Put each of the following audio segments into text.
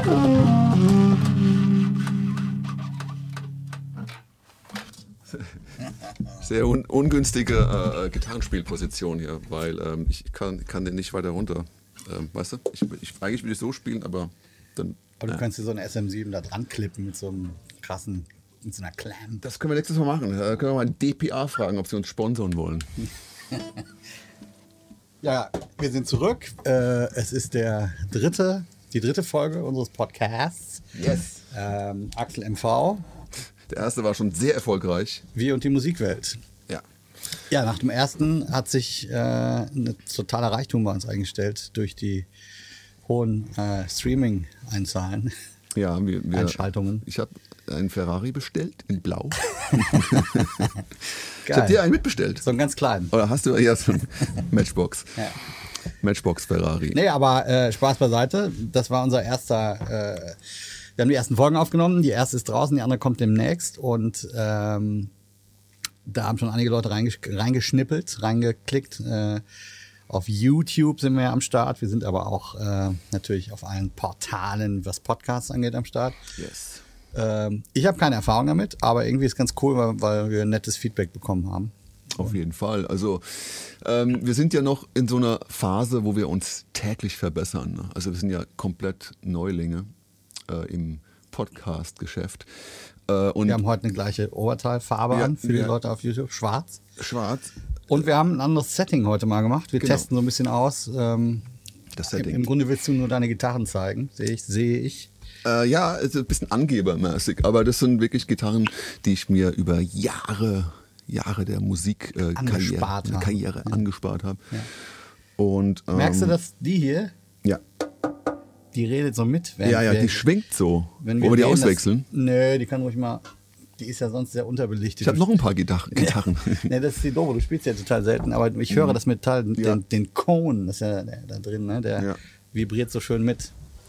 Sehr ungünstige Gitarrenspielposition hier, weil ich kann den nicht weiter runter. Weißt du, eigentlich will ich so spielen, aber dann... Aber du kannst dir so eine SM7 da dran klippen mit so einem krassen, mit so einer Clamp. Das können wir nächstes Mal machen. Da können wir mal DPA fragen, ob sie uns sponsern wollen. Ja, wir sind zurück. Es ist die dritte Folge unseres Podcasts. Yes. Axel MV. Der erste war schon sehr erfolgreich. Wir und die Musikwelt. Ja. Ja, nach dem ersten hat sich ein totaler Reichtum bei uns eingestellt durch die hohen Streaming-Einzahlen. Ja, Einschaltungen. Ich habe einen Ferrari bestellt in Blau. Geil. Ich habe dir einen mitbestellt. So einen ganz kleinen. Oder hast du ja so einen Matchbox? Ja. Matchbox Ferrari. Nee, aber Spaß beiseite. Das war unser erster. Wir haben die ersten Folgen aufgenommen. Die erste ist draußen, die andere kommt demnächst. Und da haben schon einige Leute reingeschnippelt, reingeklickt. Auf YouTube sind wir ja am Start. Wir sind aber auch natürlich auf allen Portalen, was Podcasts angeht, am Start. Yes. Ich habe keine Erfahrung damit, aber irgendwie ist ganz cool, weil wir nettes Feedback bekommen haben. Auf jeden Fall. Also wir sind ja noch in so einer Phase, wo wir uns täglich verbessern. Ne? Also wir sind ja komplett Neulinge im Podcast-Geschäft. Und wir haben heute eine gleiche Oberteilfarbe an für die Leute auf YouTube. Schwarz. Schwarz. Und wir haben ein anderes Setting heute mal gemacht. Wir testen so ein bisschen aus. Das Setting. Im Grunde willst du nur deine Gitarren zeigen, sehe ich. Ja, also ein bisschen angebermäßig, aber das sind wirklich Gitarren, die ich mir über Jahre der Musikkarriere angespart habe. Ja. Und merkst du, dass die hier? Ja. Die redet so mit. Die schwingt so. Wollen wir die auswechseln? Nö, die kann ruhig mal. Die ist ja sonst sehr unterbelichtet. Ich habe noch ein paar Gitarren. Nee, das ist die doofe. Du spielst ja total selten, aber ich höre das Metall, den Cone, das ist ja da drin, ne? Der vibriert so schön mit.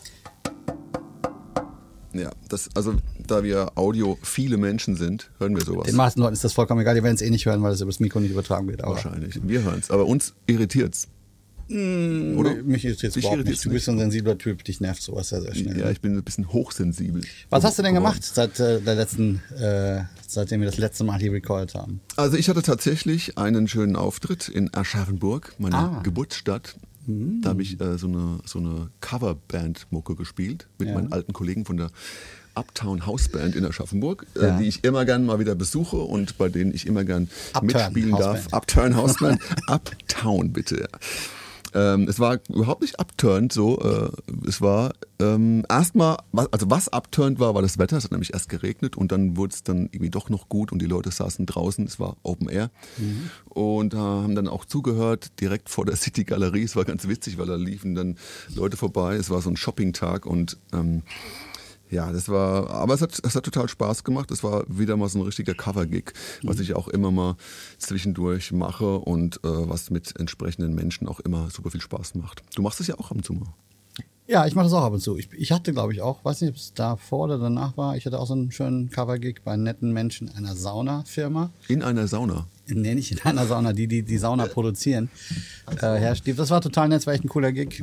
Ja, da wir Audio viele Menschen sind, hören wir sowas. Den meisten Leuten ist das vollkommen egal, die werden es eh nicht hören, weil es über das Mikro nicht übertragen wird. Aber wahrscheinlich. Wir hören es, aber uns irritiert's. Oder? Mich irritiert es überhaupt nicht. Du bist so ein sensibler Typ, dich nervt sowas sehr, sehr schnell. Ja, ich bin ein bisschen hochsensibel. Was hast du denn gemacht seitdem wir das letzte Mal hier recorded haben? Also ich hatte tatsächlich einen schönen Auftritt in Aschaffenburg, meiner Geburtsstadt. Da habe ich so eine Coverband-Mucke gespielt mit meinen alten Kollegen von der Uptown Houseband in Aschaffenburg, die ich immer gern mal wieder besuche und bei denen ich immer gern mitspielen darf. Uptown Houseband. Uptown, bitte. Es war überhaupt nicht upturned so. Es war erstmal, was upturned war das Wetter. Es hat nämlich erst geregnet und dann wurde es dann irgendwie doch noch gut und die Leute saßen draußen. Es war Open Air und haben dann auch zugehört direkt vor der City Galerie. Es war ganz witzig, weil da liefen dann Leute vorbei. Es war so ein Shopping-Tag und ja, aber es hat total Spaß gemacht. Es war wieder mal so ein richtiger Cover-Gig, was ich auch immer mal zwischendurch mache und was mit entsprechenden Menschen auch immer super viel Spaß macht. Du machst es ja auch ab und zu mal. Ja, ich mache das auch ab und zu. Ich hatte, glaube ich, auch, weiß nicht, ob es davor oder danach war, ich hatte auch so einen schönen Cover-Gig bei netten Menschen einer Sauna-Firma. In einer Sauna? Nee, nicht in einer Sauna, die Sauna produzieren. Herr Stief, das war total nett, das war echt ein cooler Gig.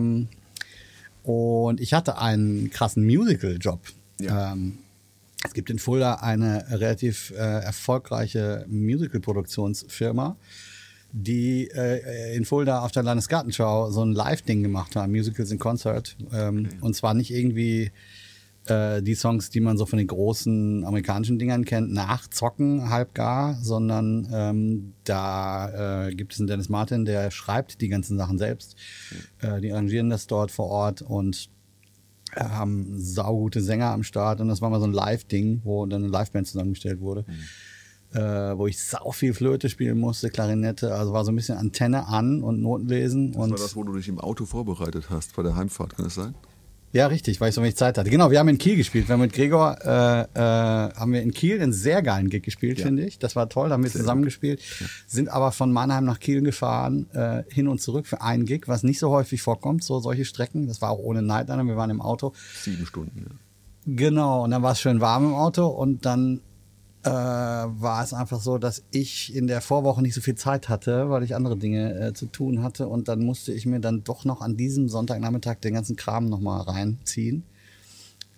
Und ich hatte einen krassen Musical-Job. Ja. Es gibt in Fulda eine relativ erfolgreiche Musical-Produktionsfirma, die in Fulda auf der Landesgartenschau so ein Live-Ding gemacht haben, Musicals in Concert. Und zwar nicht irgendwie die Songs, die man so von den großen amerikanischen Dingern kennt, nachzocken, halbgar, sondern da gibt es einen Dennis Martin, der schreibt die ganzen Sachen selbst. Die arrangieren das dort vor Ort und haben saugute Sänger am Start. Und das war mal so ein Live-Ding, wo dann eine Liveband zusammengestellt wurde. Wo ich sau viel Flöte spielen musste, Klarinette, also war so ein bisschen Antenne an und Noten lesen. Das war das, wo du dich im Auto vorbereitet hast, bei der Heimfahrt, kann das sein? Ja, richtig, weil ich so wenig Zeit hatte. Genau, wir haben in Kiel gespielt. Wir haben mit Gregor haben wir in Kiel einen sehr geilen Gig gespielt, finde ich. Das war toll, da haben wir zusammen gespielt. Ja. Sind aber von Mannheim nach Kiel gefahren, hin und zurück für einen Gig, was nicht so häufig vorkommt, solche Strecken. Das war auch ohne Nightliner, wir waren im Auto. 7 Stunden, ja. Genau, und dann war es schön warm im Auto und dann war es einfach so, dass ich in der Vorwoche nicht so viel Zeit hatte, weil ich andere Dinge zu tun hatte und dann musste ich mir dann doch noch an diesem Sonntagnachmittag den ganzen Kram nochmal reinziehen.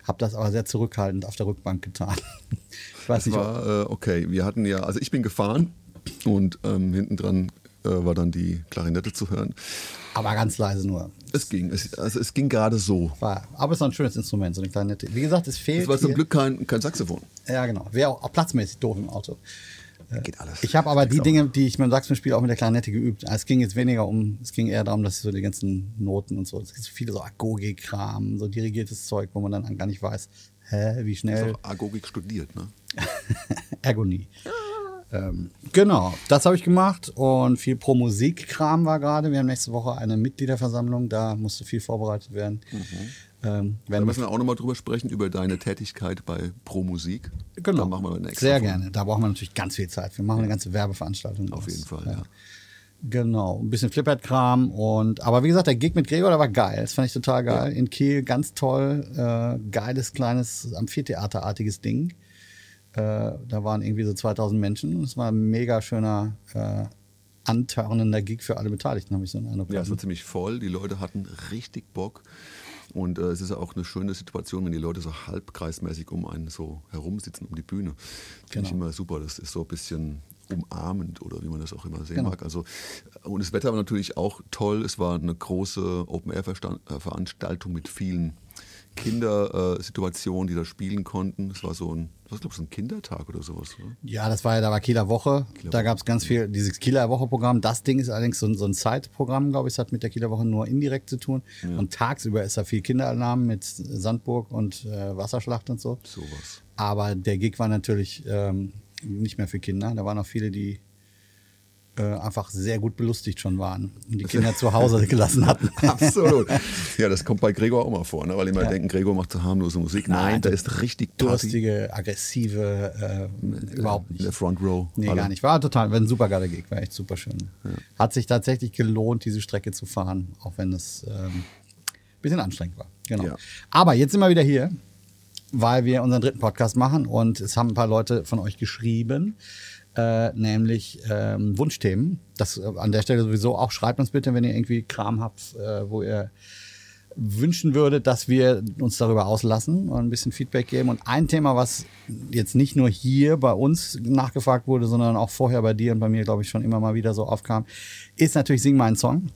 habe das aber sehr zurückhaltend auf der Rückbank getan. Ich weiß Das nicht, war okay. Wir hatten ja, also ich bin gefahren und hinten dran war dann die Klarinette zu hören. aber ganz leise nur. Es ging, es ging gerade so. Aber es ist noch ein schönes Instrument, so eine Klarinette. Wie gesagt, es fehlt. Es war zum hier- Glück kein Saxophon. Ja, genau. Wäre auch platzmäßig doof im Auto. Geht alles. Ich habe aber die Dinge, die ich mit dem Saxophon spiele, auch mit der Klarinette geübt. Es ging jetzt weniger es ging eher darum, dass ich so die ganzen Noten und so, es gibt so viele so Agogik-Kram, so dirigiertes Zeug, wo man dann gar nicht weiß, wie Du schnell. hast auch Agogik studiert, ne? Ergonie. Genau, das habe ich gemacht und viel Pro-Musik-Kram war gerade. Wir haben nächste Woche eine Mitgliederversammlung, da musste viel vorbereitet werden. Da müssen wir auch nochmal drüber sprechen, über deine Tätigkeit bei Pro Musik. Genau, Da machen wir eine extra sehr Folge. gerne. Da brauchen wir natürlich ganz viel Zeit. Wir machen eine ganze Werbeveranstaltung. Auf draus. jeden Fall, ja. Genau, ein bisschen Flippert-Kram aber wie gesagt, der Gig mit Gregor, der war geil. Das fand ich total geil. In Kiel, ganz toll. Geiles, kleines Amphitheaterartiges Ding. Da waren irgendwie so 2000 Menschen. Es war ein mega schöner, antörnender Gig für alle Beteiligten, habe ich so einen Eindruck. Ja, es war ziemlich voll. Die Leute hatten richtig Bock. Und es ist ja auch eine schöne Situation, wenn die Leute so halbkreismäßig um einen so herumsitzen, um die Bühne. Finde ich immer super. Das ist so ein bisschen umarmend oder wie man das auch immer sehen mag. Also, und das Wetter war natürlich auch toll. Es war eine große Open-Air-Veranstaltung mit vielen Kindersituationen, die da spielen konnten. Es war so ein Kindertag oder sowas. Oder? Ja, da war Kieler Woche. Da gab es ganz viel, dieses Kieler Woche-Programm. Das Ding ist allerdings so ein Side-Programm, glaube ich. Es hat mit der Kieler Woche nur indirekt zu tun. Ja. Und tagsüber ist da viel Kinderalarm mit Sandburg und Wasserschlacht und so. Sowas. Aber der Gig war natürlich nicht mehr für Kinder. Da waren auch viele, die einfach sehr gut belustigt schon waren und die Kinder zu Hause gelassen hatten. Absolut. Ja, das kommt bei Gregor auch mal vor, ne? Weil immer denken, Gregor macht so harmlose Musik. Nein, da ist richtig durstige, aggressive, überhaupt nicht. In der Front Row. Nee, gar nicht. War ein super geiler Gig, war echt super schön. Ja. Hat sich tatsächlich gelohnt, diese Strecke zu fahren, auch wenn es ein bisschen anstrengend war. Genau. Ja. Aber jetzt sind wir wieder hier, weil wir unseren dritten Podcast machen und es haben ein paar Leute von euch geschrieben, nämlich Wunschthemen. Das an der Stelle sowieso auch. Schreibt uns bitte, wenn ihr irgendwie Kram habt, wo ihr wünschen würdet, dass wir uns darüber auslassen und ein bisschen Feedback geben. Und ein Thema, was jetzt nicht nur hier bei uns nachgefragt wurde, sondern auch vorher bei dir und bei mir, glaube ich, schon immer mal wieder so aufkam, ist natürlich Sing meinen Song.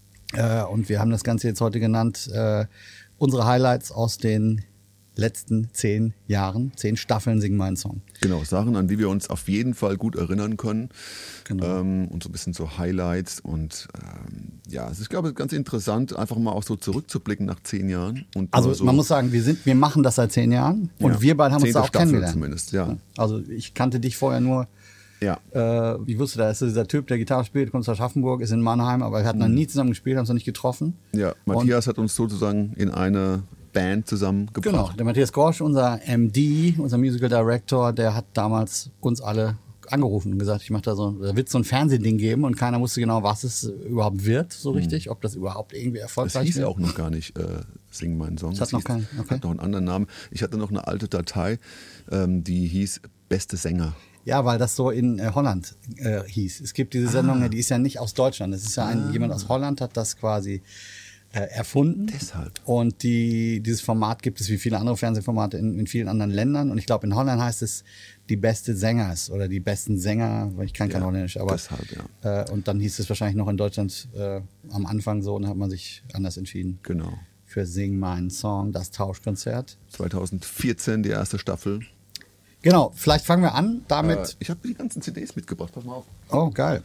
Und wir haben das Ganze jetzt heute genannt, unsere Highlights aus den letzten 10 Jahren, 10 Staffeln Sing meinen Song. Genau, Sachen, an die wir uns auf jeden Fall gut erinnern können. Genau. Und so ein bisschen so Highlights. Und ja, es ist, glaube ich, ganz interessant, einfach mal auch so zurückzublicken nach 10 Jahren. Und also so, man muss sagen, wir machen das seit 10 Jahren und wir beide haben uns da auch Staffel kennengelernt. Zumindest, ja. Also ich kannte dich vorher nur. Ja. Ich wusste, da ist dieser Typ, der Gitarre spielt, kommt aus Aschaffenburg, ist in Mannheim, aber wir hatten noch nie zusammen gespielt, haben uns noch nicht getroffen. Ja, Matthias hat uns sozusagen in eine Band zusammengebracht. Genau, der Matthias Gorsch, unser MD, unser Musical Director, der hat damals uns alle angerufen und gesagt, da wird so ein Fernsehding geben und keiner wusste genau, was es überhaupt wird, so richtig, ob das überhaupt irgendwie erfolgreich wird. Das hieß ja auch noch gar nicht Sing meinen Song. Das hat noch keinen, okay. Hat noch einen anderen Namen. Ich hatte noch eine alte Datei, die hieß Beste Sänger. Ja, weil das so in Holland hieß. Es gibt diese Sendung, die ist ja nicht aus Deutschland. Es ist ja jemand aus Holland hat das quasi erfunden. Deshalb. Und dieses Format gibt es wie viele andere Fernsehformate in vielen anderen Ländern. Und ich glaube, in Holland heißt es die beste Sängers oder die besten Sänger, weil ich kann kein Holländisch. Aber, deshalb, ja. Und dann hieß es wahrscheinlich noch in Deutschland am Anfang so und dann hat man sich anders entschieden. Genau. Für Sing meinen Song, das Tauschkonzert. 2014 die erste Staffel. Genau, vielleicht fangen wir an damit. Ich habe die ganzen CDs mitgebracht, pass mal auf. Oh, geil.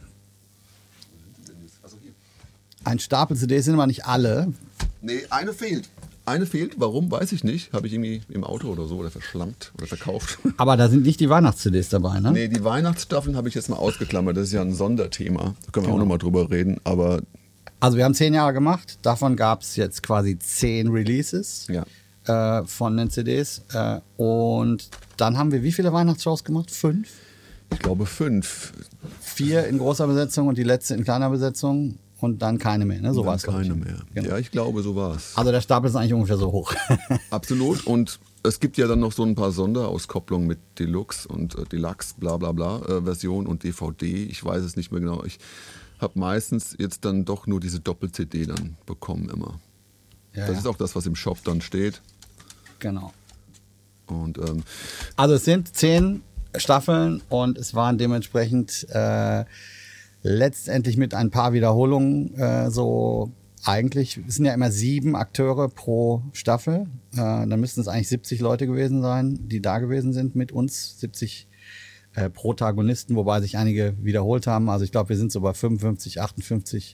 Ein Stapel CDs sind aber nicht alle. Nee, eine fehlt. Eine fehlt, warum, weiß ich nicht. Habe ich irgendwie im Auto oder so oder verschlammt oder verkauft. Aber da sind nicht die Weihnachts-CDs dabei, ne? Nee, die Weihnachtsstaffeln habe ich jetzt mal ausgeklammert. Das ist ja ein Sonderthema. Da können wir auch nochmal drüber reden. Aber also wir haben 10 Jahre gemacht. Davon gab es jetzt quasi 10 Releases von den CDs. Und dann haben wir wie viele Weihnachtsshows gemacht? 5? Ich glaube 5. 4 in großer Besetzung und die letzte in kleiner Besetzung. Und dann keine mehr, ne? So war es. Keine mehr. Genau. Ja, ich glaube, so war es. Also der Stapel ist eigentlich ungefähr so hoch. Absolut. Und es gibt ja dann noch so ein paar Sonderauskopplungen mit Deluxe und Deluxe, bla bla bla, Version und DVD. Ich weiß es nicht mehr genau. Ich habe meistens jetzt dann doch nur diese Doppel-CD dann bekommen immer. Ja, das ist auch das, was im Shop dann steht. Genau. Und, also es sind 10 Staffeln und es waren dementsprechend letztendlich mit ein paar Wiederholungen so eigentlich, es sind ja immer 7 Akteure pro Staffel. Dann müssten es eigentlich 70 Leute gewesen sein, die da gewesen sind mit uns, 70 Protagonisten, wobei sich einige wiederholt haben. Also ich glaube, wir sind so bei 55, 58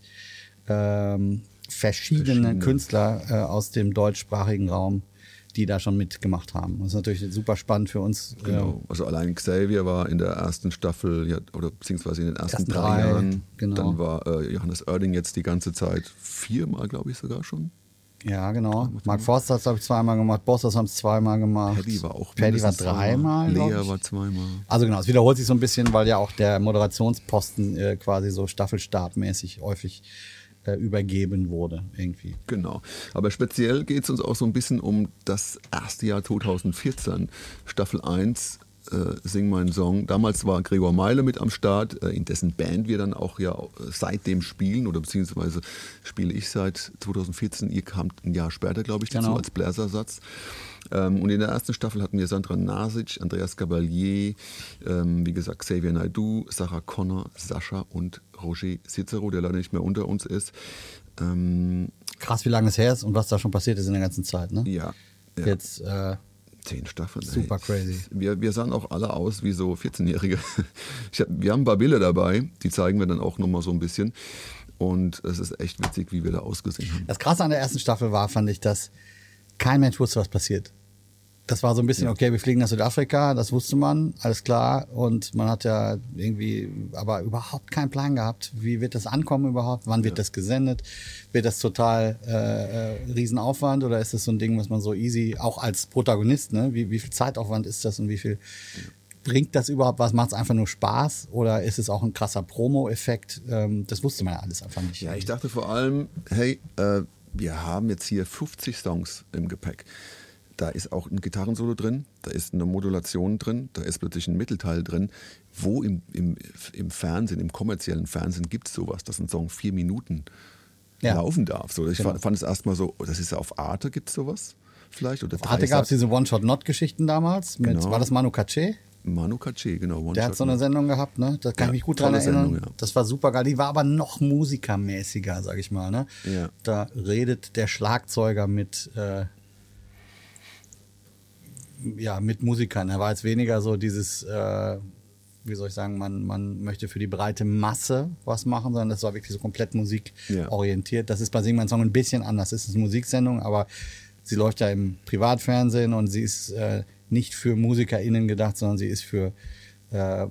verschiedene Künstler aus dem deutschsprachigen Raum, die da schon mitgemacht haben. Das ist natürlich super spannend für uns. Genau, also allein Xavier war in der ersten Staffel, ja, oder beziehungsweise in den ersten 3 Jahren. Genau. Dann war Johannes Oerding jetzt die ganze Zeit 4-mal, glaube ich, sogar schon. Ja, genau. Mark Forster hat es, glaube ich, 2-mal gemacht. Bossos haben es 2-mal gemacht. Paddy war auch Paddy war 3-mal. Lea war 2-mal. Also genau, es wiederholt sich so ein bisschen, weil ja auch der Moderationsposten quasi so staffelstabmäßig häufig übergeben wurde irgendwie. Genau. Aber speziell geht es uns auch so ein bisschen um das erste Jahr 2014. Staffel 1, Sing meinen Song. Damals war Gregor Meile mit am Start, in dessen Band wir dann auch ja seitdem spielen, oder beziehungsweise spiele ich seit 2014. Ihr kamt ein Jahr später, glaube ich, dazu als Bläsersatz. Und in der ersten Staffel hatten wir Sandra Nasic, Andreas Gabalier, wie gesagt Xavier Naidoo, Sarah Connor, Sascha und Roger Cicero, der leider nicht mehr unter uns ist. Krass, wie lange es her ist und was da schon passiert ist in der ganzen Zeit, ne? Ja. Jetzt 10 Staffeln. Super crazy. Wir sahen auch alle aus wie so 14-Jährige. Wir haben ein paar Bilder dabei, die zeigen wir dann auch nochmal so ein bisschen. Und es ist echt witzig, wie wir da ausgesehen haben. Das Krasse an der ersten Staffel war, fand ich, dass kein Mensch wusste, was passiert. Das war so ein bisschen, okay, wir fliegen nach Südafrika, das wusste man, alles klar. Und man hat ja irgendwie aber überhaupt keinen Plan gehabt, wie wird das ankommen überhaupt, wann wird das gesendet, wird das total Riesenaufwand oder ist das so ein Ding, was man so easy, auch als Protagonist, ne? Wie viel Zeitaufwand ist das und wie viel bringt das überhaupt was, macht es einfach nur Spaß oder ist es auch ein krasser Promo-Effekt? Das wusste man ja alles einfach nicht. Ja, ich dachte vor allem, hey, wir haben jetzt hier 50 Songs im Gepäck. Da ist auch ein Gitarrensolo drin, da ist eine Modulation drin, da ist plötzlich ein Mittelteil drin. Wo im Fernsehen, im kommerziellen Fernsehen gibt es sowas, dass ein Song 4 Minuten laufen darf? So, ich fand es erstmal so, das ist ja auf Arte, gibt es sowas vielleicht? Oder auf Arte gab es diese One-Shot-Not-Geschichten damals. Genau. War das Manu Katché? Manu Katché, genau. Der hat so eine Sendung gehabt, ne? Da kann ich mich gut dran erinnern. Sendung, ja. Das war super geil. Die war aber noch musikermäßiger, sag ich mal. Ne? Ja. Da redet der Schlagzeuger mit Musikern. Er war jetzt weniger so dieses, wie soll ich sagen, man möchte für die breite Masse was machen, sondern das war wirklich so komplett musikorientiert. Das ist bei Sing mein Song ein bisschen anders. Es ist eine Musiksendung, aber sie läuft ja im Privatfernsehen und sie ist nicht für MusikerInnen gedacht, sondern sie ist für für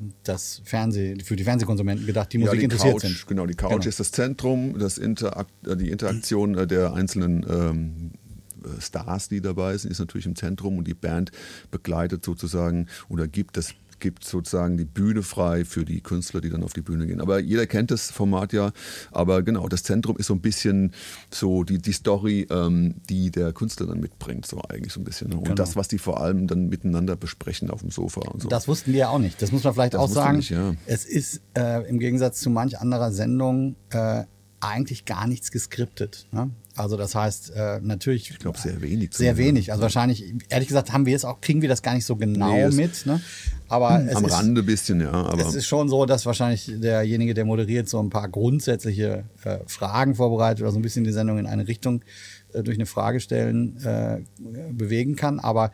die Fernsehkonsumenten gedacht, die Musik interessiert sind. Genau, die Couch ist das Zentrum, die Interaktion der einzelnen Stars, die dabei sind, ist natürlich im Zentrum und die Band begleitet sozusagen oder gibt sozusagen die Bühne frei für die Künstler, die dann auf die Bühne gehen. Aber jeder kennt das Format ja, aber genau, das Zentrum ist so ein bisschen so die Story, die der Künstler dann mitbringt, so eigentlich so ein bisschen. Ne? Und das, was die vor allem dann miteinander besprechen auf dem Sofa und so. Das wussten wir ja auch nicht, das muss man vielleicht auch sagen. Nicht, ja. Es ist im Gegensatz zu manch anderer Sendung eigentlich gar nichts geskriptet. Ne? Also das heißt, natürlich... Ich glaube, sehr wenig. Sehr wenig. Also wahrscheinlich, ehrlich gesagt, kriegen wir das gar nicht so genau mit. Ne? Aber am Rande ein bisschen, ja. Aber es ist schon so, dass wahrscheinlich derjenige, der moderiert, so ein paar grundsätzliche Fragen vorbereitet oder so ein bisschen die Sendung in eine Richtung durch eine Frage stellen bewegen kann. Aber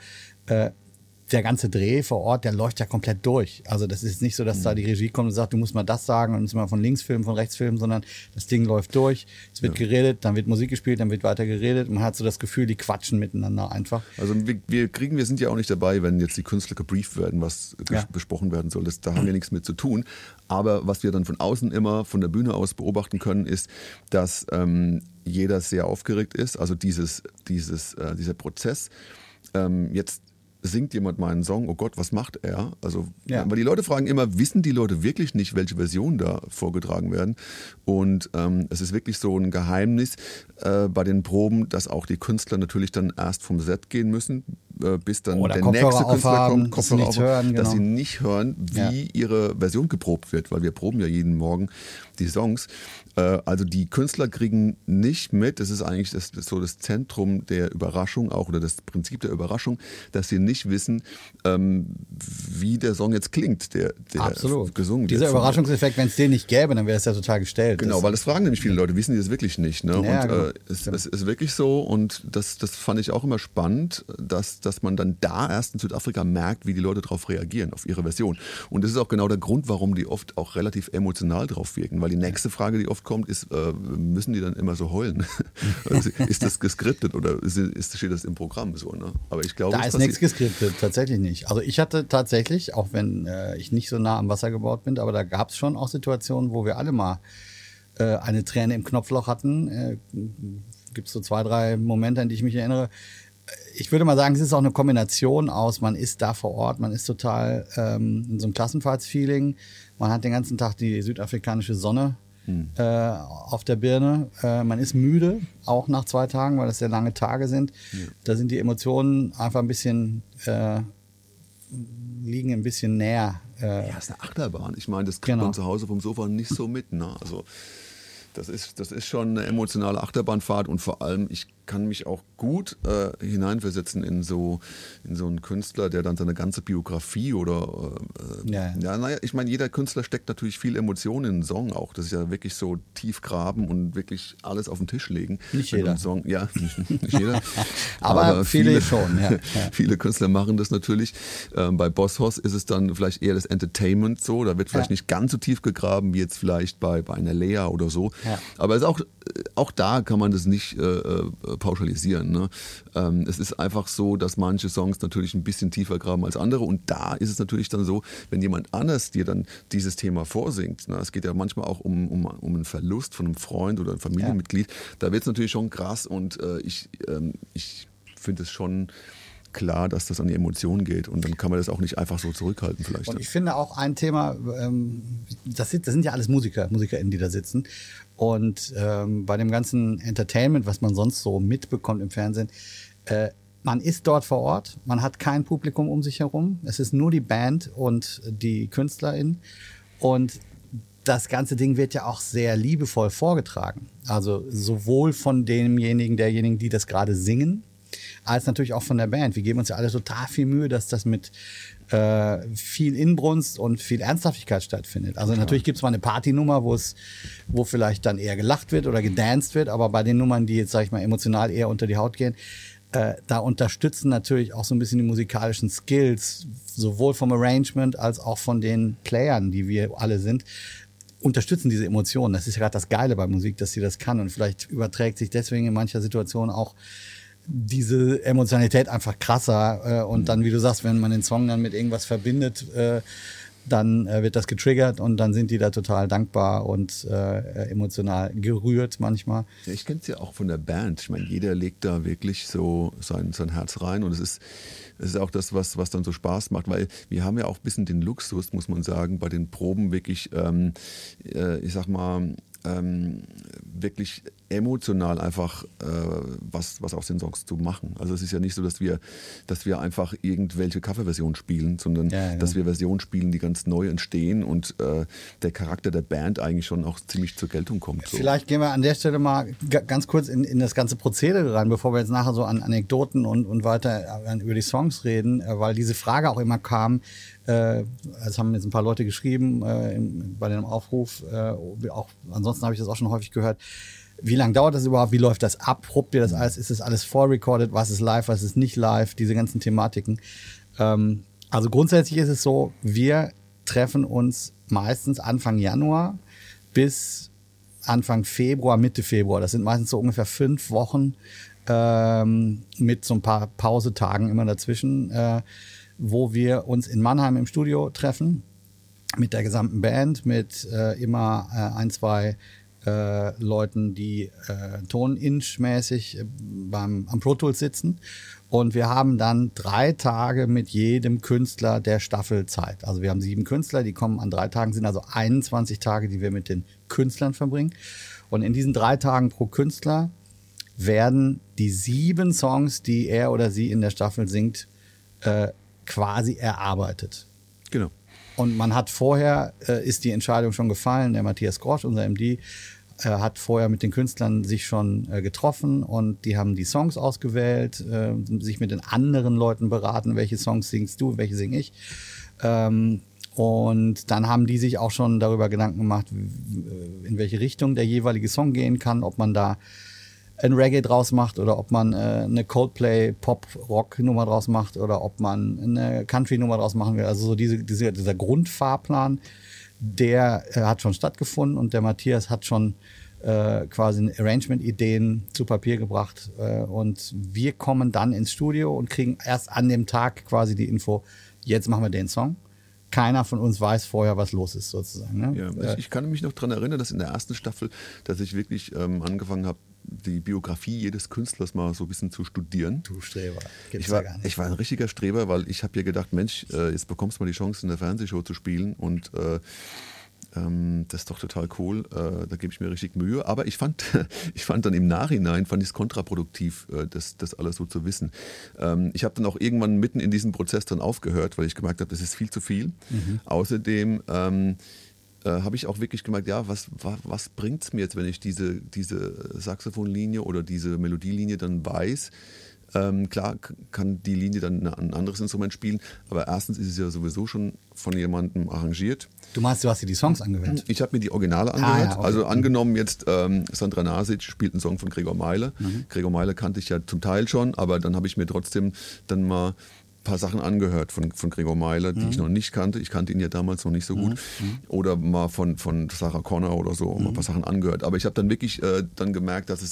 der ganze Dreh vor Ort, der läuft ja komplett durch. Also das ist nicht so, dass da die Regie kommt und sagt, du musst mal das sagen und musst mal von links filmen, von rechts filmen, sondern das Ding läuft durch. Es wird geredet, dann wird Musik gespielt, dann wird weiter geredet. Man hat so das Gefühl, die quatschen miteinander einfach. Also wir sind ja auch nicht dabei, wenn jetzt die Künstler gebrieft werden, was besprochen werden soll. Da haben wir nichts mit zu tun. Aber was wir dann von außen immer von der Bühne aus beobachten können, ist, dass jeder sehr aufgeregt ist. Also dieser Prozess. Jetzt singt jemand meinen Song, oh Gott, was macht er? Also, weil die Leute fragen immer, wissen die Leute wirklich nicht, welche Versionen da vorgetragen werden? Und es ist wirklich so ein Geheimnis bei den Proben, dass auch die Künstler natürlich dann erst vom Set gehen müssen, bis dann oder der Kopfhörer nächste Künstler aufhaben, kommt, Kopfhörer dass sie aufhaben, nicht hören, dass sie genau. nicht hören, wie ihre Version geprobt wird, weil wir proben ja jeden Morgen die Songs. Also die Künstler kriegen nicht mit, das ist eigentlich so das Zentrum der Überraschung auch oder das Prinzip der Überraschung, dass sie nicht wissen, wie der Song jetzt klingt, der Absolut. gesungen wird. Dieser Überraschungseffekt, wenn es den nicht gäbe, dann wäre es ja total gestellt. Genau, weil das fragen nämlich viele Leute, wissen die das wirklich nicht. Ne? Ja, und genau. es ist wirklich so und das fand ich auch immer spannend, dass man dann da erst in Südafrika merkt, wie die Leute darauf reagieren, auf ihre Version. Und das ist auch genau der Grund, warum die oft auch relativ emotional drauf wirken, weil die nächste Frage, die oft kommt, ist, müssen die dann immer so heulen? Also, ist das geskriptet oder steht das im Programm so? Ne? Aber ich glaube, da ist nichts geskriptet, tatsächlich nicht. Also ich hatte tatsächlich, auch wenn ich nicht so nah am Wasser gebaut bin, aber da gab es schon auch Situationen, wo wir alle mal eine Träne im Knopfloch hatten. Gibt es so 2, 3 Momente, an die ich mich erinnere. Ich würde mal sagen, es ist auch eine Kombination aus, man ist da vor Ort, man ist total in so einem Klassenfahrtsfeeling, man hat den ganzen Tag die südafrikanische Sonne auf der Birne. Man ist müde, auch nach 2 Tagen, weil das sehr lange Tage sind. Ja. Da sind die Emotionen einfach ein bisschen, liegen ein bisschen näher. Ja, ist eine Achterbahn. Ich meine, das kriegt man zu Hause vom Sofa nicht so mit. Ne? Also das ist schon eine emotionale Achterbahnfahrt und vor allem, ich kann mich auch gut hineinversetzen in so einen Künstler, der dann seine ganze Biografie oder ich meine, jeder Künstler steckt natürlich viel Emotionen in einen Song auch. Das ist ja wirklich so tief graben und wirklich alles auf den Tisch legen. Nicht jeder. Song, ja, nicht jeder. aber viele schon, ja. Viele Künstler machen das natürlich. Bei Boss Hoss ist es dann vielleicht eher das Entertainment so. Da wird vielleicht nicht ganz so tief gegraben wie jetzt vielleicht bei einer Lea oder so. Ja. Aber es ist auch da kann man das nicht pauschalisieren. Ne? Es ist einfach so, dass manche Songs natürlich ein bisschen tiefer graben als andere und da ist es natürlich dann so, wenn jemand anders dir dann dieses Thema vorsingt, ne? Es geht ja manchmal auch um einen Verlust von einem Freund oder einem Familienmitglied, da wird es natürlich schon krass und ich finde es schon klar, dass das an die Emotionen geht und dann kann man das auch nicht einfach so zurückhalten vielleicht. Und ich finde auch ein Thema, das sind ja alles MusikerInnen, die da sitzen und bei dem ganzen Entertainment, was man sonst so mitbekommt im Fernsehen, man ist dort vor Ort, man hat kein Publikum um sich herum, es ist nur die Band und die KünstlerInnen und das ganze Ding wird ja auch sehr liebevoll vorgetragen, also sowohl von derjenigen, die das gerade singen, als natürlich auch von der Band. Wir geben uns ja alle total viel Mühe, dass das mit viel Inbrunst und viel Ernsthaftigkeit stattfindet. Also natürlich gibt es mal eine Partynummer, wo vielleicht dann eher gelacht wird oder gedanced wird, aber bei den Nummern, die jetzt, sag ich mal, emotional eher unter die Haut gehen, da unterstützen natürlich auch so ein bisschen die musikalischen Skills, sowohl vom Arrangement als auch von den Playern, die wir alle sind, unterstützen diese Emotionen. Das ist ja gerade das Geile bei Musik, dass sie das kann und vielleicht überträgt sich deswegen in mancher Situation auch diese Emotionalität einfach krasser und dann, wie du sagst, wenn man den Song dann mit irgendwas verbindet, dann wird das getriggert und dann sind die da total dankbar und emotional gerührt manchmal. Ja, ich kenne es ja auch von der Band. Ich meine, jeder legt da wirklich so sein Herz rein und es ist auch das, was dann so Spaß macht, weil wir haben ja auch ein bisschen den Luxus, muss man sagen, bei den Proben wirklich, ich sag mal, wirklich emotional einfach was aus den Songs zu machen. Also es ist ja nicht so, dass wir einfach irgendwelche Coverversionen spielen, sondern dass wir Versionen spielen, die ganz neu entstehen und der Charakter der Band eigentlich schon auch ziemlich zur Geltung kommt. So. Vielleicht gehen wir an der Stelle mal ganz kurz in das ganze Prozedere rein, bevor wir jetzt nachher so an Anekdoten und weiter über die Songs reden, weil diese Frage auch immer kam, es haben jetzt ein paar Leute geschrieben bei dem Aufruf, auch ansonsten habe ich das auch schon häufig gehört. Wie lange dauert das überhaupt? Wie läuft das ab? Probt ihr das alles? Ist das alles vorrecorded? Was ist live? Was ist nicht live? Diese ganzen Thematiken. Also grundsätzlich ist es so, wir treffen uns meistens Anfang Januar bis Anfang Februar, Mitte Februar. Das sind meistens so ungefähr 5 Wochen mit so ein paar Pausetagen immer dazwischen, wo wir uns in Mannheim im Studio treffen mit der gesamten Band, mit immer 1, 2 Leuten, die Ton-Inch-mäßig am Pro Tools sitzen. Und wir haben dann 3 Tage mit jedem Künstler der Staffel Zeit. Also wir haben 7 Künstler, die kommen an 3 Tagen, sind also 21 Tage, die wir mit den Künstlern verbringen. Und in diesen 3 Tagen pro Künstler werden die 7 Songs, die er oder sie in der Staffel singt, quasi erarbeitet. Genau. Und man hat vorher, ist die Entscheidung schon gefallen, der Matthias Grosch, unser MD, hat vorher mit den Künstlern sich schon getroffen und die haben die Songs ausgewählt, sich mit den anderen Leuten beraten, welche Songs singst du, welche singe ich. Und dann haben die sich auch schon darüber Gedanken gemacht, in welche Richtung der jeweilige Song gehen kann, ob man da ein Reggae draus macht oder ob man eine Coldplay-Pop-Rock-Nummer draus macht oder ob man eine Country-Nummer draus machen will. Also so dieser Grundfahrplan, der hat schon stattgefunden und der Matthias hat schon quasi Arrangement-Ideen zu Papier gebracht und wir kommen dann ins Studio und kriegen erst an dem Tag quasi die Info, jetzt machen wir den Song. Keiner von uns weiß vorher, was los ist sozusagen. Ne? Ja, ich kann mich noch daran erinnern, dass in der ersten Staffel, dass ich wirklich angefangen habe, die Biografie jedes Künstlers mal so ein bisschen zu studieren. Du Streber, ich war ein richtiger Streber, weil ich habe ja gedacht, Mensch, jetzt bekommst du mal die Chance, in der Fernsehshow zu spielen und das ist doch total cool, da gebe ich mir richtig Mühe. Aber ich fand dann im Nachhinein, fand ich es kontraproduktiv, das alles so zu wissen. Ich habe dann auch irgendwann mitten in diesem Prozess dann aufgehört, weil ich gemerkt habe, das ist viel zu viel. Außerdem habe ich auch wirklich gemerkt, ja, was bringt es mir jetzt, wenn ich diese Saxophonlinie oder diese Melodielinie dann weiß? Klar kann die Linie dann ein anderes Instrument spielen, aber erstens ist es ja sowieso schon von jemandem arrangiert. Du meinst, du hast dir die Songs angehört? Ich habe mir die Originale angehört. Ja, okay. Also angenommen jetzt Sandra Nasic spielt einen Song von Gregor Meile. Gregor Meile kannte ich ja zum Teil schon, aber dann habe ich mir trotzdem dann mal ein paar Sachen angehört von Gregor Meile, die ich noch nicht kannte. Ich kannte ihn ja damals noch nicht so gut. Oder mal von Sarah Connor oder so, mal ein paar Sachen angehört. Aber ich habe dann wirklich dann gemerkt, dass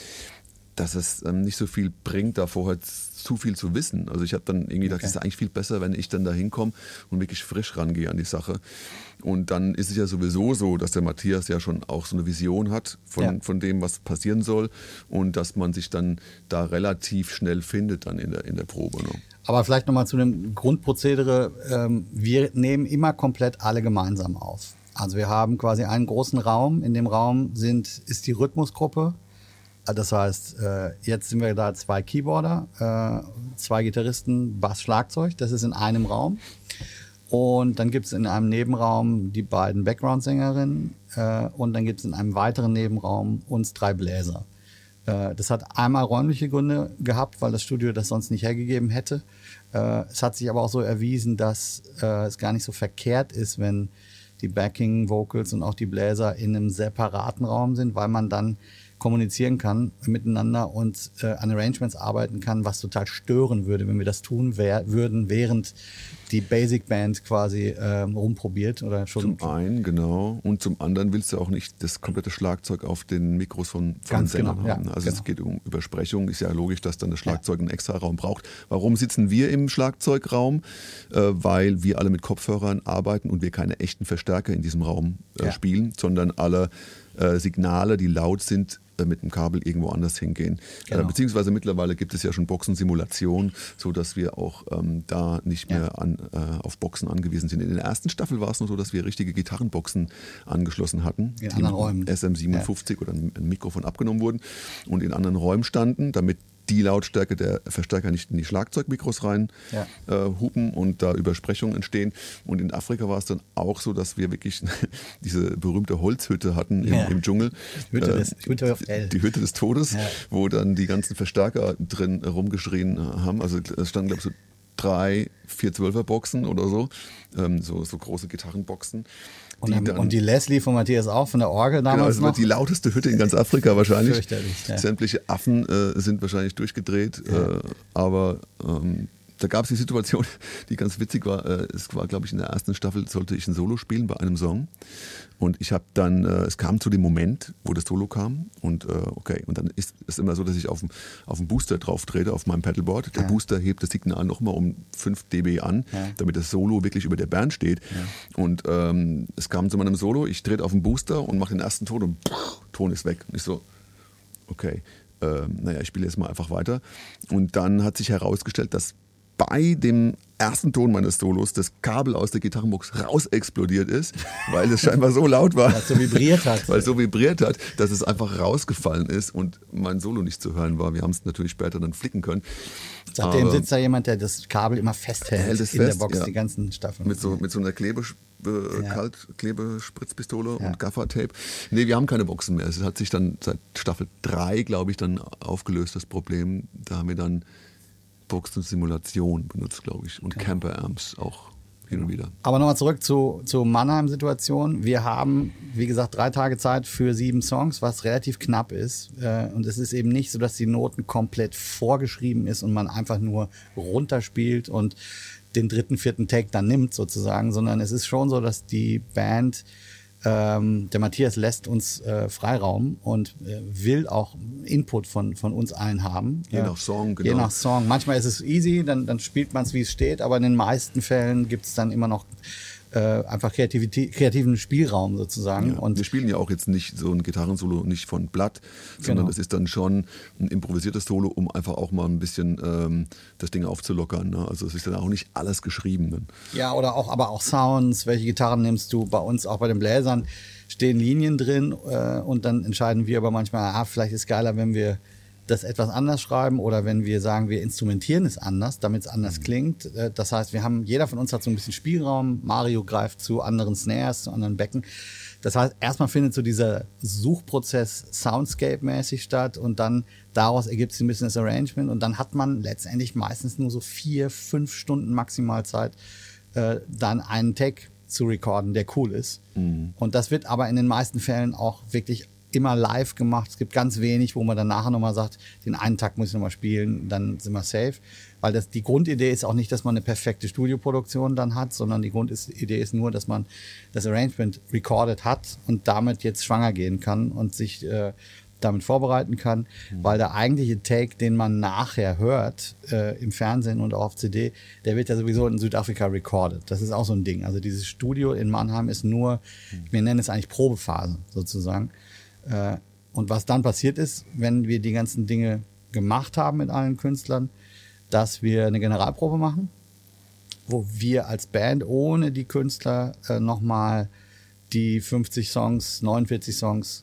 es nicht so viel bringt, da vorher zu viel zu wissen. Also ich habe dann irgendwie gedacht, es ist eigentlich viel besser, wenn ich dann da hinkomme und wirklich frisch rangehe an die Sache. Und dann ist es ja sowieso so, dass der Matthias ja schon auch so eine Vision hat von dem, was passieren soll und dass man sich dann da relativ schnell findet dann in der Probe. Ne? Aber vielleicht nochmal zu dem Grundprozedere. Wir nehmen immer komplett alle gemeinsam auf. Also wir haben quasi einen großen Raum. In dem Raum ist die Rhythmusgruppe. Das heißt, jetzt sind wir da 2 Keyboarder, 2 Gitarristen, Bass, Schlagzeug. Das ist in einem Raum. Und dann gibt es in einem Nebenraum die beiden Background-Sängerinnen. Und dann gibt es in einem weiteren Nebenraum uns 3 Bläser. Das hat einmal räumliche Gründe gehabt, weil das Studio das sonst nicht hergegeben hätte. Es hat sich aber auch so erwiesen, dass es gar nicht so verkehrt ist, wenn die Backing-Vocals und auch die Bläser in einem separaten Raum sind, weil man dann kommunizieren kann miteinander und an Arrangements arbeiten kann, was total stören würde, wenn wir das tun würden, während die Basic Band quasi rumprobiert. Oder schon. Zum einen, genau. Und zum anderen willst du auch nicht das komplette Schlagzeug auf den Mikros von Sängern haben. Ja, also es geht um Übersprechung. Ist ja logisch, dass dann das Schlagzeug einen extra Raum braucht. Warum sitzen wir im Schlagzeugraum? Weil wir alle mit Kopfhörern arbeiten und wir keine echten Verstärker in diesem Raum spielen, sondern alle Signale, die laut sind, mit dem Kabel irgendwo anders hingehen. Genau. Beziehungsweise mittlerweile gibt es ja schon Boxensimulationen, sodass wir auch da nicht mehr auf Boxen angewiesen sind. In der ersten Staffel war es nur so, dass wir richtige Gitarrenboxen angeschlossen hatten, in anderen Räumen. SM57 oder ein Mikrofon abgenommen wurden und in anderen Räumen standen, damit die Lautstärke der Verstärker nicht in die Schlagzeugmikros rein hupen und da Übersprechungen entstehen. Und in Afrika war es dann auch so, dass wir wirklich diese berühmte Holzhütte hatten im Dschungel. Die Hütte des Todes, wo dann die ganzen Verstärker drin rumgeschrien haben. Also es standen, glaube ich, so 3, 4 12er-Boxen oder so, so große Gitarrenboxen. Und die Leslie von Matthias auch, von der Orgel damals noch. Die lauteste Hütte in ganz Afrika wahrscheinlich. Fürchterlich, ja. Sämtliche Affen sind wahrscheinlich durchgedreht, aber da gab es die Situation, die ganz witzig war. Es war, glaube ich, in der ersten Staffel sollte ich ein Solo spielen bei einem Song. Und ich habe dann, es kam zu dem Moment, wo das Solo kam. Und und dann ist es immer so, dass ich auf den Booster drauf trete, auf meinem Pedalboard. Der Booster hebt das Signal nochmal um 5 dB an, damit das Solo wirklich über der Band steht. Ja. Und es kam zu meinem Solo, ich trete auf den Booster und mache den ersten Ton und Ton ist weg. Und ich so, okay, ich spiele jetzt mal einfach weiter. Und dann hat sich herausgestellt, dass bei dem ersten Ton meines Solos das Kabel aus der Gitarrenbox raus explodiert ist, weil es scheinbar so laut war. Weil es so vibriert hat. Weil es so vibriert hat, dass es einfach rausgefallen ist und mein Solo nicht zu hören war. Wir haben es natürlich später dann flicken können. Seitdem sitzt da jemand, der das Kabel immer festhält in der Box, die ganzen Staffeln. Mit so einer Klebespritzpistole und Gaffertape. Nee, wir haben keine Boxen mehr. Es hat sich dann seit Staffel 3, glaube ich, dann aufgelöst, das Problem. Da haben wir dann Boxen-Simulation benutzt, glaube ich. Und Camper-Amps auch hin und wieder. Aber nochmal zurück zur Mannheim-Situation. Wir haben, wie gesagt, 3 Tage Zeit für 7 Songs, was relativ knapp ist. Und es ist eben nicht so, dass die Noten komplett vorgeschrieben ist und man einfach nur runterspielt und den 3., 4. Take dann nimmt sozusagen, sondern es ist schon so, dass die Band, der Matthias lässt uns Freiraum und will auch Input von uns allen haben. Je nach Song, genau. Je nach Song. Manchmal ist es easy, dann spielt man es, wie es steht, aber in den meisten Fällen gibt es dann immer noch einfach kreativen Spielraum sozusagen. Ja, und wir spielen ja auch jetzt nicht so ein Gitarrensolo nicht von Blatt, sondern es ist dann schon ein improvisiertes Solo, um einfach auch mal ein bisschen das Ding aufzulockern. Ne? Also es ist dann auch nicht alles geschrieben. Ne? Ja, aber auch Sounds, welche Gitarren nimmst du? Bei uns, auch bei den Bläsern, stehen Linien drin und dann entscheiden wir aber manchmal, vielleicht ist es geiler, wenn wir das etwas anders schreiben oder wenn wir sagen, wir instrumentieren es anders, damit es anders klingt. Das heißt, jeder von uns hat so ein bisschen Spielraum. Mario greift zu anderen Snares, zu anderen Becken. Das heißt, erstmal findet so dieser Suchprozess Soundscape-mäßig statt und dann daraus ergibt sich ein bisschen das Arrangement und dann hat man letztendlich meistens nur so 4-5 Stunden maximal Zeit, dann einen Take zu recorden, der cool ist. Und das wird aber in den meisten Fällen auch wirklich immer live gemacht. Es gibt ganz wenig, wo man dann nachher nochmal sagt, den einen Takt muss ich nochmal spielen, dann sind wir safe. Weil die Grundidee ist auch nicht, dass man eine perfekte Studioproduktion dann hat, sondern die Grundidee ist nur, dass man das Arrangement recorded hat und damit jetzt schwanger gehen kann und sich damit vorbereiten kann, weil der eigentliche Take, den man nachher hört im Fernsehen und auch auf CD, der wird ja sowieso in Südafrika recorded. Das ist auch so ein Ding. Also dieses Studio in Mannheim ist nur, wir nennen es eigentlich Probephase sozusagen. Und was dann passiert ist, wenn wir die ganzen Dinge gemacht haben mit allen Künstlern, dass wir eine Generalprobe machen, wo wir als Band ohne die Künstler nochmal die 50 Songs, 49 Songs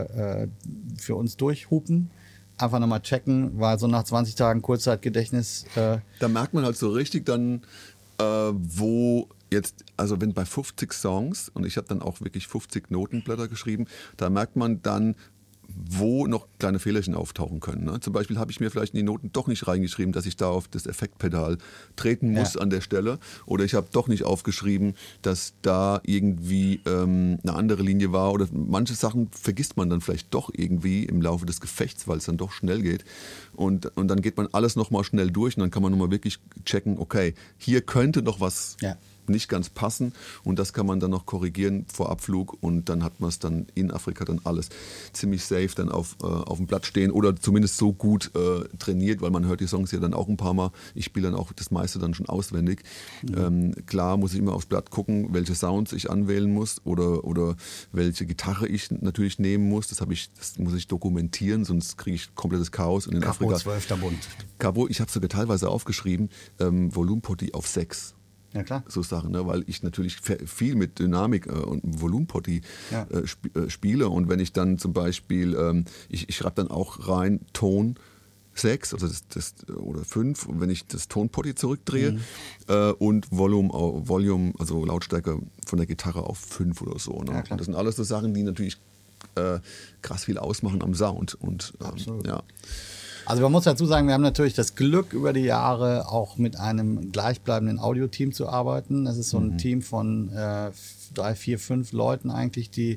für uns durchhupen. Einfach nochmal checken, weil so nach 20 Tagen Kurzzeitgedächtnis... Da merkt man halt so richtig dann, wo... Jetzt, also wenn bei 50 Songs, und ich habe dann auch wirklich 50 Notenblätter geschrieben, da merkt man dann, wo noch kleine Fehlerchen auftauchen können. Ne? Zum Beispiel habe ich mir vielleicht in die Noten doch nicht reingeschrieben, dass ich da auf das Effektpedal treten muss an der Stelle. Oder ich habe doch nicht aufgeschrieben, dass da irgendwie eine andere Linie war. Oder manche Sachen vergisst man dann vielleicht doch irgendwie im Laufe des Gefechts, weil es dann doch schnell geht. Und dann geht man alles nochmal schnell durch und dann kann man nochmal wirklich checken, okay, hier könnte noch was... Ja. Nicht ganz passen und das kann man dann noch korrigieren vor Abflug und dann hat man es dann in Afrika dann alles ziemlich safe dann auf dem Blatt stehen oder zumindest so gut trainiert, weil man hört die Songs ja dann auch ein paar Mal. Ich spiele dann auch das meiste dann schon auswendig. Klar muss ich immer aufs Blatt gucken, welche Sounds ich anwählen muss oder welche Gitarre ich natürlich nehmen muss. Das muss ich dokumentieren, sonst kriege ich komplettes Chaos. Und in Afrika 12. Bund. Capo, ich habe sogar teilweise aufgeschrieben, Volumenpotti auf 6. Ja, klar. So Sachen, ne? Weil ich natürlich viel mit Dynamik und Volumenpotti spiele und wenn ich dann zum Beispiel, ich schreibe dann auch rein Ton 6 also das oder 5 und wenn ich das Tonpotti zurückdrehe und Volume, also Lautstärke von der Gitarre auf 5 oder so. Ne? Und das sind alles so Sachen, die natürlich krass viel ausmachen am Sound. Und ja. Also man muss dazu sagen, wir haben natürlich das Glück, über die Jahre auch mit einem gleichbleibenden Audioteam zu arbeiten. Das ist so ein Team von 3, 4, 5 Leuten eigentlich, die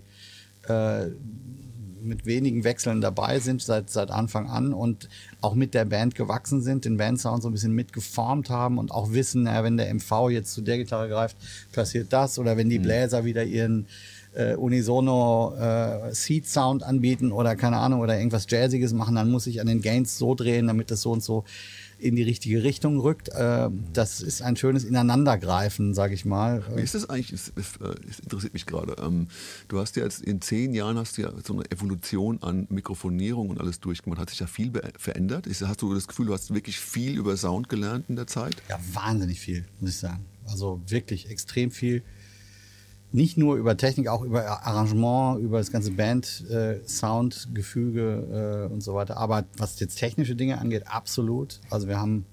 mit wenigen Wechseln dabei sind seit Anfang an und auch mit der Band gewachsen sind, den Bandsound so ein bisschen mitgeformt haben und auch wissen, wenn der MV jetzt zu der Gitarre greift, passiert das. Oder wenn die Bläser wieder ihren Unisono Seed Sound anbieten oder keine Ahnung oder irgendwas Jazziges machen, dann muss ich an den Gains so drehen, damit das so und so in die richtige Richtung rückt. Das ist ein schönes Ineinandergreifen, sage ich mal. Wie ist das eigentlich? Es interessiert mich gerade. Du hast ja jetzt in 10 Jahren hast du ja so eine Evolution an Mikrofonierung und alles durchgemacht. Hat sich ja viel verändert? Hast du das Gefühl, du hast wirklich viel über Sound gelernt in der Zeit? Ja, wahnsinnig viel, muss ich sagen. Also wirklich extrem viel. Nicht nur über Technik, auch über Arrangement, über das ganze Band, Sound, Gefüge und so weiter. Aber was jetzt technische Dinge angeht, absolut. Also wir haben,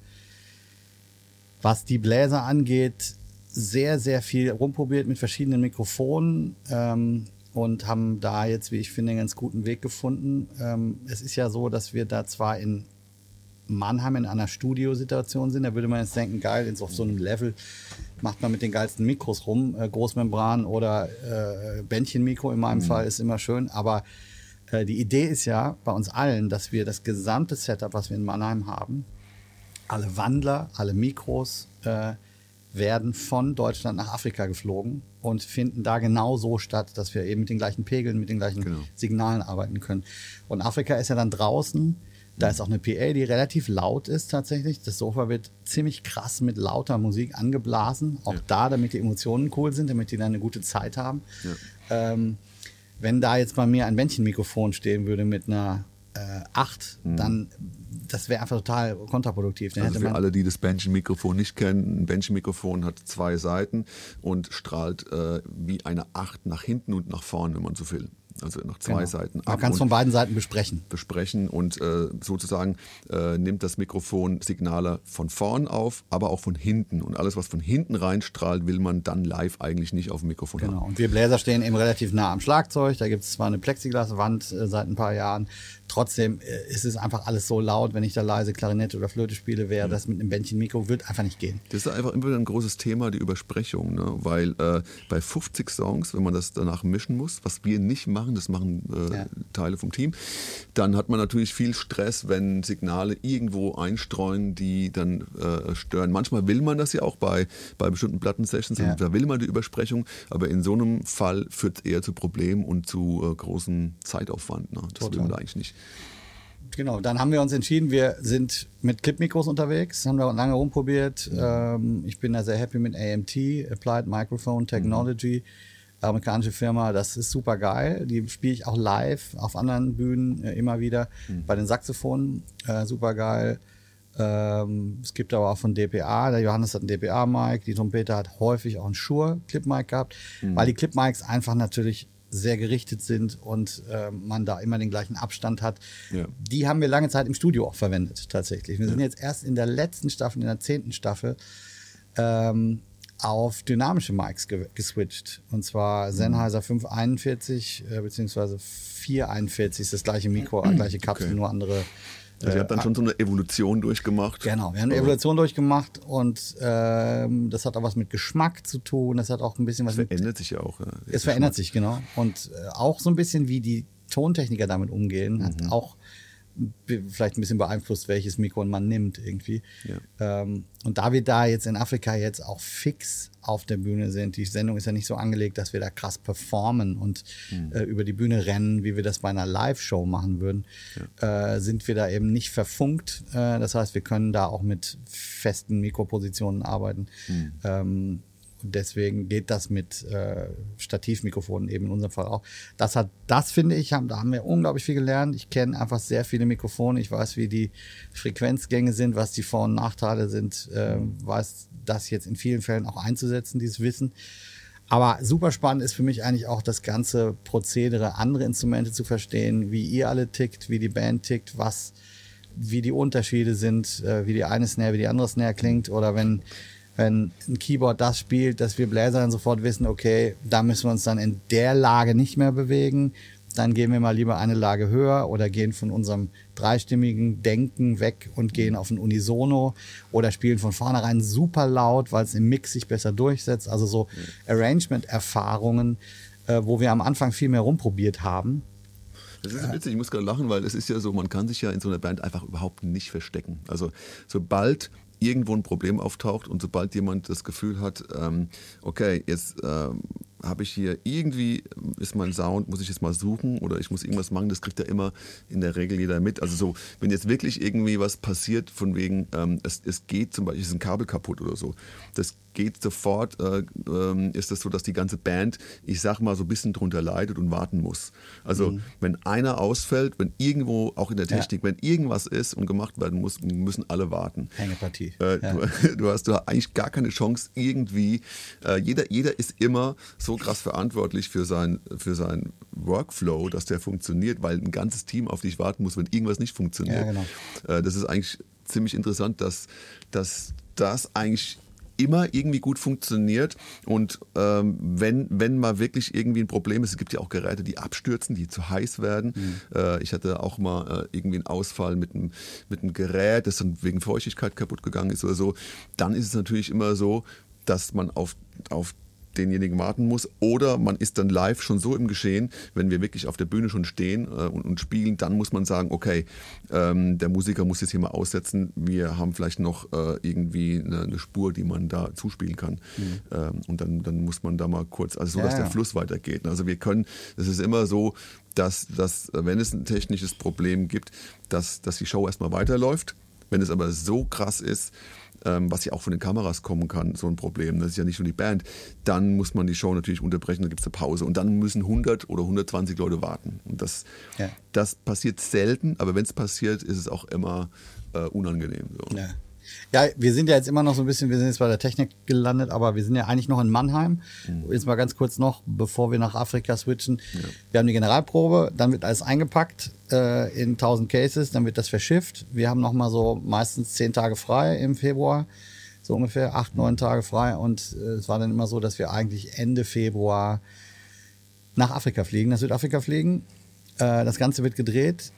was die Bläser angeht, sehr, sehr viel rumprobiert mit verschiedenen Mikrofonen und haben da jetzt, wie ich finde, einen ganz guten Weg gefunden. Es ist ja so, dass wir da zwar in Mannheim in einer Studiosituation sind, da würde man jetzt denken, geil, auf so einem Level macht man mit den geilsten Mikros rum, Großmembran oder Bändchenmikro in meinem Fall ist immer schön, aber die Idee ist ja bei uns allen, dass wir das gesamte Setup, was wir in Mannheim haben, alle Wandler, alle Mikros werden von Deutschland nach Afrika geflogen und finden da genau so statt, dass wir eben mit den gleichen Pegeln, mit den gleichen Signalen arbeiten können. Und Afrika ist ja dann draußen. Da ist auch eine PA, die relativ laut ist tatsächlich. Das Sofa wird ziemlich krass mit lauter Musik angeblasen. Auch da, damit die Emotionen cool sind, damit die dann eine gute Zeit haben. Ja. Wenn da jetzt bei mir ein Bändchenmikrofon stehen würde mit einer 8, dann das wäre einfach total kontraproduktiv. Dann also für alle, die das Bändchenmikrofon nicht kennen, ein Bändchenmikrofon hat 2 Seiten und strahlt wie eine 8 nach hinten und nach vorne, wenn man so will. Also nach 2 Seiten ab. Man kann es von beiden Seiten besprechen. Und sozusagen nimmt das Mikrofon Signale von vorn auf, aber auch von hinten. Und alles, was von hinten reinstrahlt, will man dann live eigentlich nicht auf dem Mikrofon haben. Genau. Und wir Bläser stehen eben relativ nah am Schlagzeug. Da gibt es zwar eine Plexiglaswand seit ein paar Jahren. Trotzdem ist es einfach alles so laut, wenn ich da leise Klarinette oder Flöte spiele, wäre das mit einem Bändchenmikro, wird einfach nicht gehen. Das ist einfach immer wieder ein großes Thema, die Übersprechung. Ne? Weil bei 50 Songs, wenn man das danach mischen muss, was wir nicht machen, das machen Teile vom Team, dann hat man natürlich viel Stress, wenn Signale irgendwo einstreuen, die dann stören. Manchmal will man das ja auch bei bestimmten Plattensessions, da will man die Übersprechung, aber in so einem Fall führt es eher zu Problemen und zu großen Zeitaufwand. Ne? Das will man da eigentlich nicht. Genau, dann haben wir uns entschieden, wir sind mit Clipmikros unterwegs, haben wir lange rumprobiert. Ich bin da sehr happy mit AMT, Applied Microphone Technology, amerikanische Firma, das ist super geil. Die spiele ich auch live auf anderen Bühnen immer wieder. Bei den Saxophonen, super geil. Es gibt aber auch von DPA, der Johannes hat einen DPA-Mic, die Trompete hat häufig auch einen Shure Clip-Mic gehabt, weil die Clip-Mics einfach natürlich sehr gerichtet sind und man da immer den gleichen Abstand hat. Ja. Die haben wir lange Zeit im Studio auch verwendet, tatsächlich. Wir sind jetzt erst in der letzten Staffel, in der 10. Staffel, auf dynamische Mics geswitcht. Und zwar Sennheiser 541 beziehungsweise 441 ist das gleiche Mikro, gleiche Kapsel, nur andere. Also ihr habt dann schon so eine Evolution durchgemacht. Genau, wir haben eine Evolution durchgemacht und das hat auch was mit Geschmack zu tun. Das hat auch ein bisschen was mit... Es verändert sich ja auch. Es verändert sich, genau. Und auch so ein bisschen, wie die Tontechniker damit umgehen, hat auch vielleicht ein bisschen beeinflusst, welches Mikro man nimmt irgendwie. Ja. Und da wir da jetzt in Afrika jetzt auch fix auf der Bühne sind, die Sendung ist ja nicht so angelegt, dass wir da krass performen und über die Bühne rennen, wie wir das bei einer Live-Show machen würden, sind wir da eben nicht verfunkt. Das heißt, wir können da auch mit festen Mikropositionen arbeiten. Deswegen geht das mit Stativmikrofonen eben in unserem Fall auch. Das finde ich, da haben wir unglaublich viel gelernt. Ich kenne einfach sehr viele Mikrofone. Ich weiß, wie die Frequenzgänge sind, was die Vor- und Nachteile sind. Weiß das jetzt in vielen Fällen auch einzusetzen, dieses Wissen. Aber super spannend ist für mich eigentlich auch das ganze Prozedere, andere Instrumente zu verstehen, wie ihr alle tickt, wie die Band tickt, wie die Unterschiede sind, wie die eine Snare, wie die andere Snare klingt oder wenn ein Keyboard das spielt, dass wir Bläser dann sofort wissen, okay, da müssen wir uns dann in der Lage nicht mehr bewegen, dann gehen wir mal lieber eine Lage höher oder gehen von unserem dreistimmigen Denken weg und gehen auf ein Unisono oder spielen von vornherein super laut, weil es im Mix sich besser durchsetzt. Also so Arrangement-Erfahrungen, wo wir am Anfang viel mehr rumprobiert haben. Das ist witzig, ich muss gerade lachen, weil es ist ja so, man kann sich ja in so einer Band einfach überhaupt nicht verstecken. Also sobald irgendwo ein Problem auftaucht und sobald jemand das Gefühl hat, okay, jetzt habe ich hier irgendwie, ist mein Sound, muss ich jetzt mal suchen oder ich muss irgendwas machen, das kriegt ja immer in der Regel jeder mit. Also so, wenn jetzt wirklich irgendwie was passiert, von wegen, es geht zum Beispiel, ist ein Kabel kaputt oder so, das geht sofort, ist das so, dass die ganze Band, ich sag mal, so ein bisschen drunter leidet und warten muss. Also wenn einer ausfällt, wenn irgendwo, auch in der Technik, wenn irgendwas ist und gemacht werden muss, müssen alle warten. Hängepartie. Du hast eigentlich gar keine Chance irgendwie, jeder ist immer so krass verantwortlich für sein Workflow, dass der funktioniert, weil ein ganzes Team auf dich warten muss, wenn irgendwas nicht funktioniert. Ja, genau. Das ist eigentlich ziemlich interessant, dass das eigentlich immer irgendwie gut funktioniert und wenn mal wirklich irgendwie ein Problem ist, es gibt ja auch Geräte, die abstürzen, die zu heiß werden. Ich hatte auch mal irgendwie einen Ausfall mit einem Gerät, das dann wegen Feuchtigkeit kaputt gegangen ist oder so. Dann ist es natürlich immer so, dass man auf denjenigen warten muss oder man ist dann live schon so im Geschehen, wenn wir wirklich auf der Bühne schon stehen und spielen, dann muss man sagen, okay, der Musiker muss jetzt hier mal aussetzen, wir haben vielleicht noch irgendwie eine Spur, die man da zuspielen kann und dann muss man da mal kurz, also so, dass der Fluss weitergeht. Also wir können, es ist immer so, dass wenn es ein technisches Problem gibt, dass die Show erstmal weiterläuft. Wenn es aber so krass ist, was ja auch von den Kameras kommen kann, so ein Problem, das ist ja nicht nur die Band, dann muss man die Show natürlich unterbrechen, dann gibt es eine Pause und dann müssen 100 oder 120 Leute warten. Und das passiert selten, aber wenn es passiert, ist es auch immer unangenehm. So. Ja, wir sind ja jetzt immer noch so ein bisschen, wir sind jetzt bei der Technik gelandet, aber wir sind ja eigentlich noch in Mannheim. Jetzt mal ganz kurz noch, bevor wir nach Afrika switchen. Ja. Wir haben die Generalprobe, dann wird alles eingepackt in 1000 Cases, dann wird das verschifft. Wir haben noch mal so meistens 10 Tage frei im Februar, so ungefähr 8, 9 Tage frei. Und es war dann immer so, dass wir eigentlich Ende Februar nach Afrika fliegen, nach Südafrika fliegen. Das Ganze wird gedreht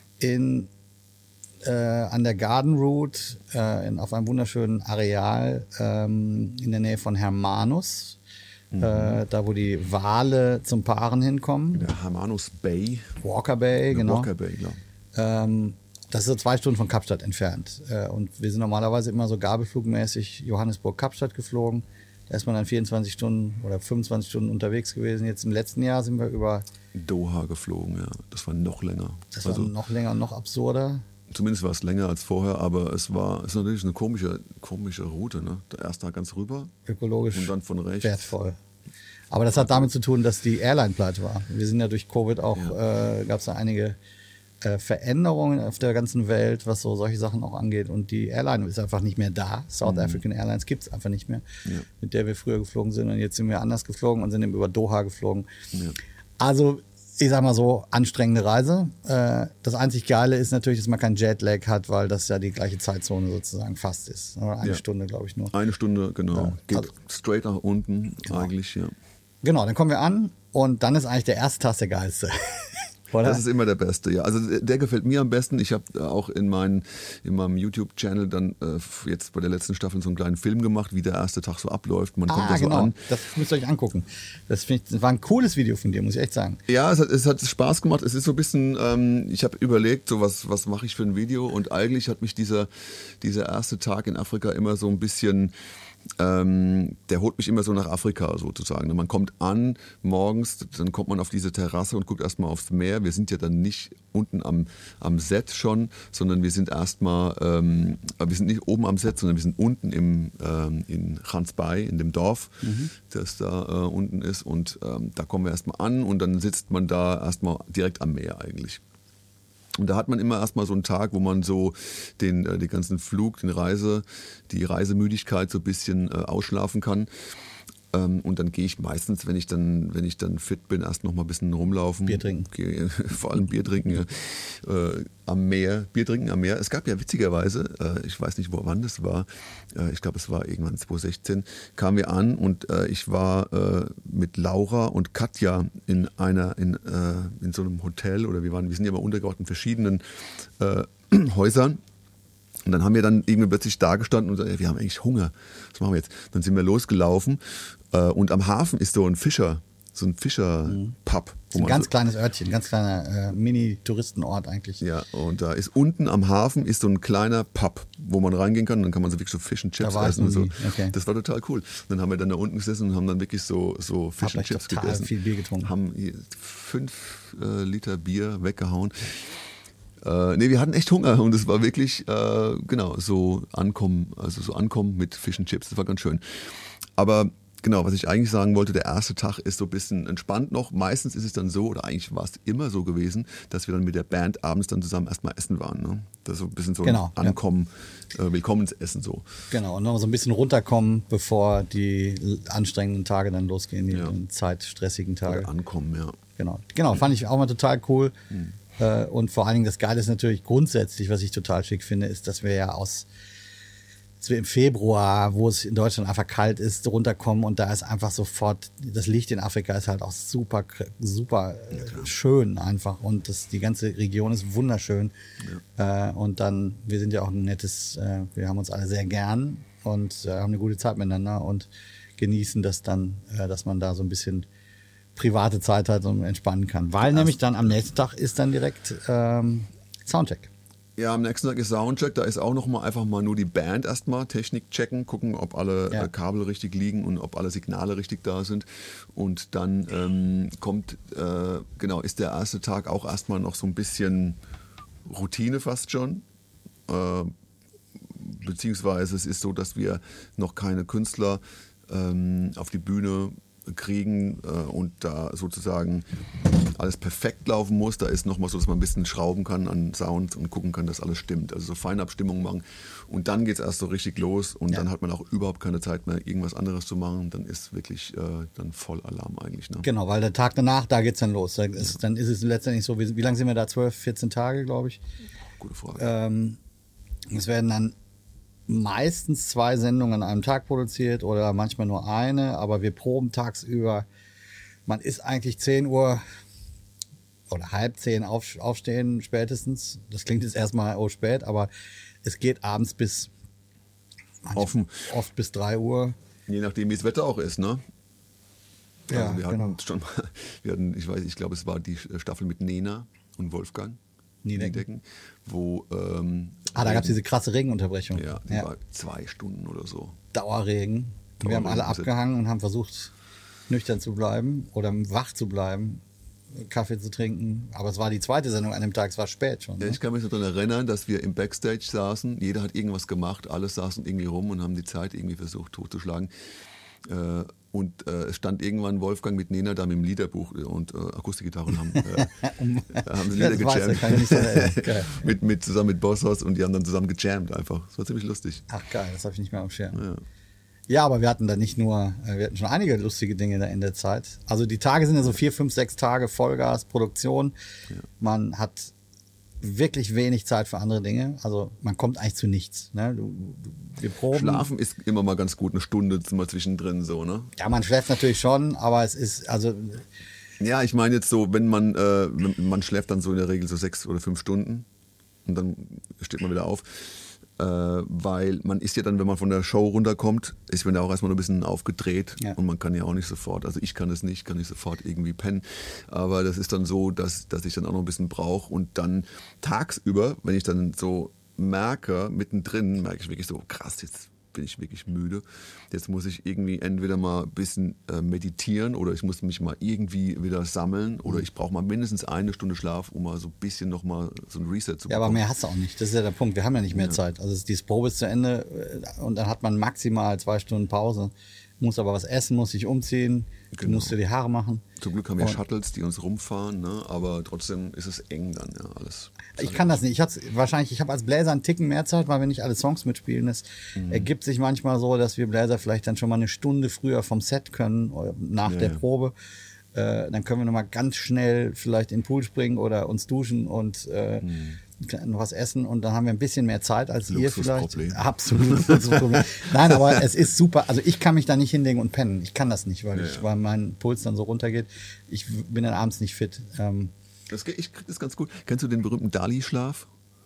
an der Garden Route auf einem wunderschönen Areal in der Nähe von Hermanus, da wo die Wale zum Paaren hinkommen. Der Hermanus Bay. Walker Bay, genau. Walker Bay, ja. Das ist so 2 Stunden von Kapstadt entfernt. Und wir sind normalerweise immer so gabelflugmäßig Johannesburg-Kapstadt geflogen. Da ist man dann 24 Stunden oder 25 Stunden unterwegs gewesen. Jetzt im letzten Jahr sind wir über Doha geflogen, ja. Das war noch länger. Das war noch länger, noch absurder. Zumindest war es länger als vorher, aber es ist natürlich eine komische Route. Ne? Der erste Tag ganz rüber. Ökologisch und dann von rechts. Wertvoll. Aber das hat damit zu tun, dass die Airline pleite war. Wir sind ja durch Covid auch, gab es da einige Veränderungen auf der ganzen Welt, was so solche Sachen auch angeht. Und die Airline ist einfach nicht mehr da. South African Airlines gibt es einfach nicht mehr, mit der wir früher geflogen sind. Und jetzt sind wir anders geflogen und sind eben über Doha geflogen. Ja. Also ich sag mal so, anstrengende Reise. Das einzig Geile ist natürlich, dass man keinen Jetlag hat, weil das ja die gleiche Zeitzone sozusagen fast ist. Eine Stunde, glaube ich, nur. Eine Stunde, genau. Geht also straight nach unten eigentlich, ja. Genau, dann kommen wir an und dann ist eigentlich der erste Tag der geilste. Oder? Das ist immer der Beste, ja. Also der gefällt mir am besten. Ich habe auch in meinem YouTube-Channel dann jetzt bei der letzten Staffel so einen kleinen Film gemacht, wie der erste Tag so abläuft. Man kommt da so an. Das müsst ihr euch angucken. Das war ein cooles Video von dir, muss ich echt sagen. Ja, es hat Spaß gemacht. Es ist so ein bisschen, ich habe überlegt, so was mache ich für ein Video, und eigentlich hat mich dieser erste Tag in Afrika immer so ein bisschen, der holt mich immer so nach Afrika sozusagen. Man kommt an morgens, dann kommt man auf diese Terrasse und guckt erstmal aufs Meer. Wir sind ja dann nicht unten am Set schon, sondern wir sind erstmal, wir sind nicht oben am Set, sondern wir sind unten in Gansbaai, in dem Dorf, das da unten ist. Und da kommen wir erstmal an und dann sitzt man da erstmal direkt am Meer eigentlich. Und da hat man immer erstmal so einen Tag, wo man so den ganzen Flug, die Reisemüdigkeit so ein bisschen ausschlafen kann. Und dann gehe ich meistens, wenn ich dann fit bin, erst noch mal ein bisschen rumlaufen. Bier trinken. Vor allem Bier trinken am Meer. Bier trinken am Meer. Es gab ja witzigerweise, ich weiß nicht, wann das war, ich glaube, es war irgendwann 2016, kamen wir an und ich war mit Laura und Katja in so einem Hotel, oder wir sind ja mal untergebracht in verschiedenen Häusern. Und dann haben wir dann irgendwie plötzlich da gestanden und gesagt, wir haben eigentlich Hunger. Was machen wir jetzt? Dann sind wir losgelaufen und am Hafen ist so ein Fischer, so ein Fischer-Pub. Ein ganz kleines Örtchen, ganz kleiner Mini-Touristenort eigentlich. Ja, und da ist unten am Hafen ist so ein kleiner Pub, wo man reingehen kann. Dann kann man so wirklich so Fish and Chips essen und so. Okay. Das war total cool. Dann haben wir dann da unten gesessen und haben dann wirklich so Fish and Chips gegessen. Viel Bier getrunken. Haben 5 Liter Bier weggehauen. Wir hatten echt Hunger und es war wirklich, so ankommen mit Fish and Chips. Das war ganz schön. Aber genau, was ich eigentlich sagen wollte, der erste Tag ist so ein bisschen entspannt noch. Meistens ist es dann so, oder eigentlich war es immer so gewesen, dass wir dann mit der Band abends dann zusammen erstmal essen waren. Ne? Das ist so ein bisschen so ein Ankommen, Willkommensessen so. Genau, und noch so ein bisschen runterkommen, bevor die anstrengenden Tage dann losgehen, die zeitstressigen Tage. Oder ankommen, ja. Genau, fand ich auch mal total cool. Und vor allen Dingen das Geile ist natürlich grundsätzlich, was ich total schick finde, ist, dass wir im Februar, wo es in Deutschland einfach kalt ist, runterkommen und da ist einfach sofort, das Licht in Afrika ist halt auch super, super schön einfach und die ganze Region ist wunderschön. Ja. Und dann, wir sind ja auch ein nettes, wir haben uns alle sehr gern und haben eine gute Zeit miteinander und genießen das dann, dass man da so ein bisschen private Zeit hat und entspannen kann. Weil nämlich dann am nächsten Tag ist dann direkt Soundcheck. Ja, am nächsten Tag ist Soundcheck, da ist auch einfach mal nur die Band erstmal, Technik checken, gucken, ob alle Kabel richtig liegen und ob alle Signale richtig da sind. Und dann ist der erste Tag auch erstmal noch so ein bisschen Routine fast schon. Beziehungsweise es ist so, dass wir noch keine Künstler auf die Bühne kriegen und da sozusagen alles perfekt laufen muss. Da ist nochmal so, dass man ein bisschen schrauben kann an Sound und gucken kann, dass alles stimmt. Also so Feinabstimmungen machen. Und dann geht es erst so richtig los und dann hat man auch überhaupt keine Zeit mehr, irgendwas anderes zu machen. Dann ist wirklich dann Vollalarm eigentlich. Ne? Genau, weil der Tag danach, da geht es dann los. Dann ist es letztendlich so, wie lange sind wir da? 12, 14 Tage, glaube ich. Gute Frage. Es werden dann meistens 2 Sendungen an einem Tag produziert oder manchmal nur eine, aber wir proben tagsüber. Man ist eigentlich 10 Uhr oder 9:30 aufstehen spätestens. Das klingt jetzt erstmal spät, aber es geht abends bis oft bis 3 Uhr. Je nachdem, wie das Wetter auch ist, ne? Ja, also wir hatten schon mal, ich glaube, es war die Staffel mit Nena und Wolfgang Niedecken, wo da gab es diese krasse Regenunterbrechung. Ja, die war 2 Stunden oder so. Dauerregen. Wir haben alle abgehangen und haben versucht, nüchtern zu bleiben oder wach zu bleiben, Kaffee zu trinken. Aber es war die zweite Sendung an dem Tag, es war spät schon. Ne? Ja, ich kann mich noch daran erinnern, dass wir im Backstage saßen, jeder hat irgendwas gemacht, alle saßen irgendwie rum und haben die Zeit irgendwie versucht totzuschlagen. Und es stand irgendwann Wolfgang mit Nena da mit dem Liederbuch und Akustikgitarre und haben sie Lieder gejammt. Zusammen mit Bosshaus und die haben dann zusammen gejammt einfach. Das war ziemlich lustig. Ach geil, das habe ich nicht mehr am Schirm. Ja, aber wir hatten da nicht nur, wir hatten schon einige lustige Dinge da in der Zeit. Also die Tage sind ja so 4, 5, 6 Tage Vollgas, Produktion. Ja. Man hat wirklich wenig Zeit für andere Dinge. Also man kommt eigentlich zu nichts. Ne? Wir proben. Schlafen ist immer mal ganz gut, eine Stunde mal zwischendrin so, ne? Ja, man schläft natürlich schon, aber es ist, also... Ja, ich meine jetzt so, wenn man schläft dann so in der Regel so 6 oder 5 Stunden und dann steht man wieder auf. Weil man ist ja dann, wenn man von der Show runterkommt, ist man ja auch erstmal ein bisschen aufgedreht und man kann ja auch nicht sofort, also ich kann es nicht, kann nicht sofort irgendwie pennen, aber das ist dann so, dass ich dann auch noch ein bisschen brauche und dann tagsüber, wenn ich dann so merke, mittendrin merke ich wirklich so, krass, jetzt bin ich wirklich müde, jetzt muss ich irgendwie entweder mal ein bisschen meditieren oder ich muss mich mal irgendwie wieder sammeln oder ich brauche mal mindestens 1 Stunde Schlaf, um mal so ein bisschen nochmal so ein Reset zu bekommen. Ja, aber mehr hast du auch nicht, das ist ja der Punkt, wir haben ja nicht mehr Zeit, also die Probe ist zu Ende und dann hat man maximal 2 Stunden Pause, muss aber was essen, muss sich umziehen, du musst dir die Haare machen. Zum Glück haben wir Shuttles, die uns rumfahren, ne? Aber trotzdem ist es eng dann, ja, alles. Ich kann das nicht. Ich habe als Bläser einen Ticken mehr Zeit, weil wir nicht alle Songs mitspielen. Es ergibt sich manchmal so, dass wir Bläser vielleicht dann schon mal 1 Stunde früher vom Set können, nach der Probe. Dann können wir nochmal ganz schnell vielleicht in den Pool springen oder uns duschen und noch was essen und dann haben wir ein bisschen mehr Zeit als ihr vielleicht. Absolut. Nein, aber es ist super. Also ich kann mich da nicht hinlegen und pennen. Ich kann das nicht, weil mein Puls dann so runtergeht. Ich bin dann abends nicht fit. Ich krieg das ganz gut. Kennst du den berühmten Dali-Schlaf?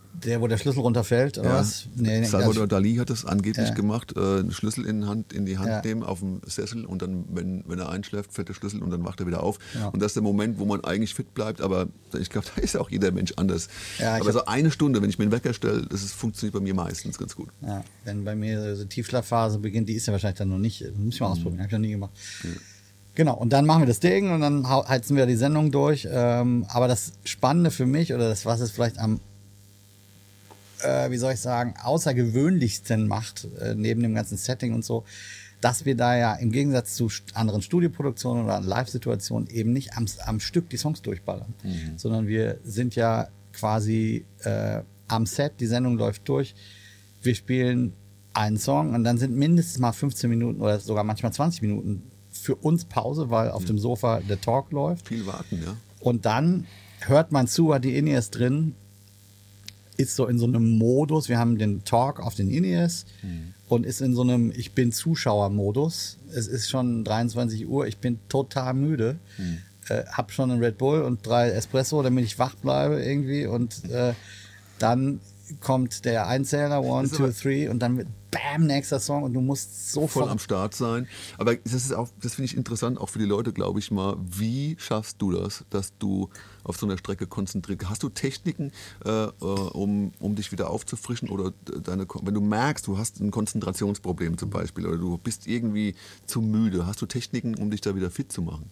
Der, wo der Schlüssel runterfällt, oder was? Nee, Salvador Dali hat das angeblich gemacht, einen Schlüssel in die Hand nehmen auf dem Sessel und dann, wenn er einschläft, fällt der Schlüssel und dann wacht er wieder auf. Ja. Und das ist der Moment, wo man eigentlich fit bleibt, aber ich glaube, da ist auch jeder Mensch anders. Ja, aber so eine Stunde, wenn ich mir einen Wecker stelle, funktioniert bei mir meistens ganz gut. Ja, wenn bei mir so Tiefschlafphase beginnt, die ist ja wahrscheinlich dann noch nicht, muss ich mal ausprobieren, habe ich noch nie gemacht. Ja. Genau, und dann machen wir das Ding und dann heizen wir die Sendung durch. Aber das Spannende für mich, oder das, was es vielleicht am wie soll ich sagen, außergewöhnlichsten macht, neben dem ganzen Setting und so, dass wir da ja im Gegensatz zu anderen Studioproduktionen oder Live-Situationen eben nicht am Stück die Songs durchballern, sondern wir sind ja quasi am Set, die Sendung läuft durch, wir spielen einen Song und dann sind mindestens mal 15 Minuten oder sogar manchmal 20 Minuten für uns Pause, weil auf dem Sofa der Talk läuft. Viel warten, ja. Und dann hört man zu, hat die In-Ears drin, ist so in so einem Modus, wir haben den Talk auf den In-Ears und ist in so einem Ich bin Zuschauer-Modus. Es ist schon 23 Uhr, ich bin total müde, hab schon einen Red Bull und 3 Espresso, damit ich wach bleibe irgendwie und dann kommt der Einzähler, 1, 2, 3 und dann wird bam, nächster Song und du musst sofort voll am Start sein. Aber das finde ich interessant, auch für die Leute, glaube ich mal. Wie schaffst du das, dass du auf so einer Strecke konzentriert? Hast du Techniken, um dich wieder aufzufrischen oder wenn du merkst, du hast ein Konzentrationsproblem zum Beispiel oder du bist irgendwie zu müde, hast du Techniken, um dich da wieder fit zu machen?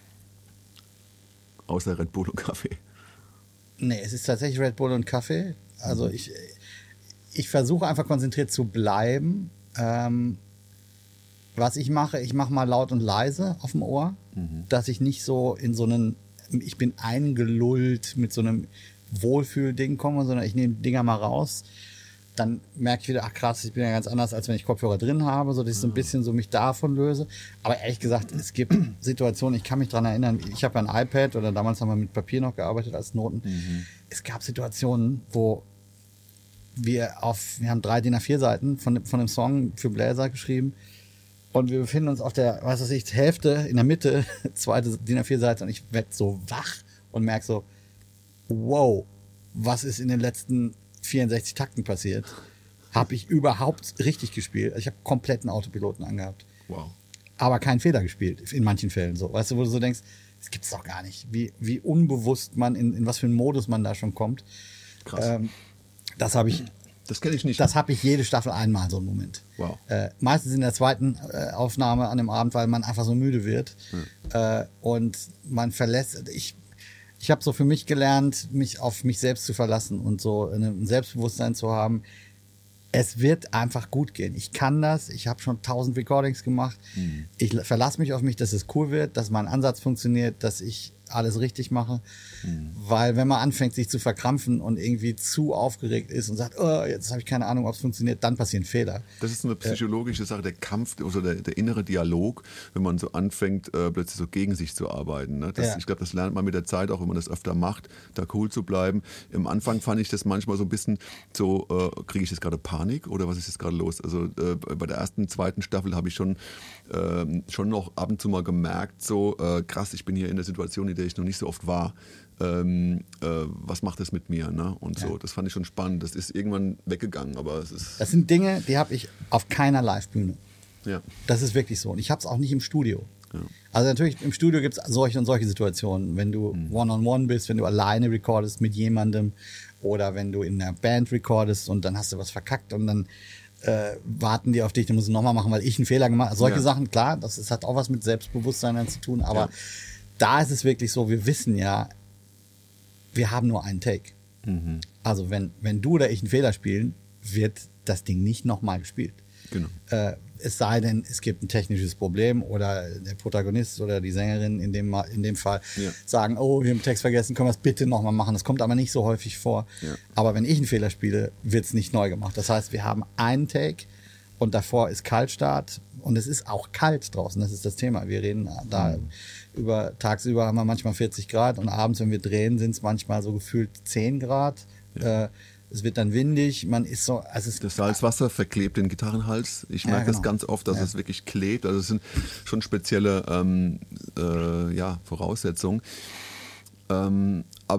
Außer Red Bull und Kaffee. Nee, es ist tatsächlich Red Bull und Kaffee. Also ich versuche einfach konzentriert zu bleiben. Was ich mache mal laut und leise auf dem Ohr, dass ich nicht so in so einen, ich bin eingelullt mit so einem Wohlfühlding komme, sondern ich nehme Dinger mal raus. Dann merke ich wieder, ach krass, ich bin ja ganz anders, als wenn ich Kopfhörer drin habe, so dass ich so ein bisschen so mich davon löse. Aber ehrlich gesagt, es gibt Situationen, ich kann mich daran erinnern, ich habe ja ein iPad oder damals haben wir mit Papier noch gearbeitet als Noten. Es gab Situationen, wo wir haben 3 DIN A4 Seiten von einem Song für Bläser geschrieben und wir befinden uns auf der, Hälfte, in der Mitte, zweite DIN A4 Seite und ich werde so wach und merke so, wow, was ist in den letzten 64 Takten passiert? Habe ich überhaupt richtig gespielt? Ich habe kompletten Autopiloten angehabt. Wow. Aber keinen Fehler gespielt, in manchen Fällen so. Weißt du, wo du so denkst, das gibt's doch gar nicht. Wie unbewusst man, in was für einen Modus man da schon kommt. Krass. Das habe ich. Das kenne ich nicht. Das habe ich jede Staffel einmal, so einen Moment. Wow. Meistens in der zweiten Aufnahme an dem Abend, weil man einfach so müde wird. Und man verlässt. Ich habe so für mich gelernt, mich auf mich selbst zu verlassen und so ein Selbstbewusstsein zu haben. Es wird einfach gut gehen. Ich kann das. Ich habe schon 1000 Recordings gemacht. Ich verlasse mich auf mich, dass es cool wird, dass mein Ansatz funktioniert, dass ich alles richtig mache. Weil wenn man anfängt, sich zu verkrampfen und irgendwie zu aufgeregt ist und sagt, oh, jetzt habe ich keine Ahnung, ob es funktioniert, dann passieren Fehler. Das ist eine psychologische Sache, der Kampf, also der innere Dialog, wenn man so anfängt, plötzlich so gegen sich zu arbeiten. Ne? Ich glaube, das lernt man mit der Zeit, auch wenn man das öfter macht, da cool zu bleiben. Im Anfang fand ich das manchmal so ein bisschen so, kriege ich jetzt gerade Panik oder was ist jetzt gerade los? Also bei der ersten, zweiten Staffel habe ich schon noch ab und zu mal gemerkt, so krass, ich bin hier in der Situation, in der ich noch nicht so oft war. Was macht das mit mir? Ne? Und so, das fand ich schon spannend. Das ist irgendwann weggegangen, aber es ist. Das sind Dinge, die habe ich auf keiner Live-Bühne. Ja. Das ist wirklich so. Und ich habe es auch nicht im Studio. Ja. Also natürlich, im Studio gibt es solche und solche Situationen. Wenn du One-on-One bist, wenn du alleine recordest mit jemandem oder wenn du in einer Band recordest und dann hast du was verkackt und dann warten die auf dich, dann musst du nochmal machen, weil ich einen Fehler gemacht habe. Solche Sachen, klar, das hat auch was mit Selbstbewusstsein zu tun, aber da ist es wirklich so, wir wissen ja, wir haben nur einen Take. Also wenn du oder ich einen Fehler spielen, wird das Ding nicht nochmal gespielt. Genau. Es sei denn, es gibt ein technisches Problem oder der Protagonist oder die Sängerin in dem Fall sagen, oh, wir haben den Text vergessen, können wir es bitte nochmal machen. Das kommt aber nicht so häufig vor. Ja. Aber wenn ich einen Fehler spiele, wird es nicht neu gemacht. Das heißt, wir haben einen Take und davor ist Kaltstart und es ist auch kalt draußen. Das ist das Thema. Wir reden da tagsüber haben wir manchmal 40 Grad und abends, wenn wir drehen, sind es manchmal so gefühlt 10 Grad. Ja. Es wird dann windig, man ist so. Also das Salzwasser verklebt den Gitarrenhals. Ich merke das ganz oft, dass es wirklich klebt. Also es sind schon spezielle Voraussetzungen. Aber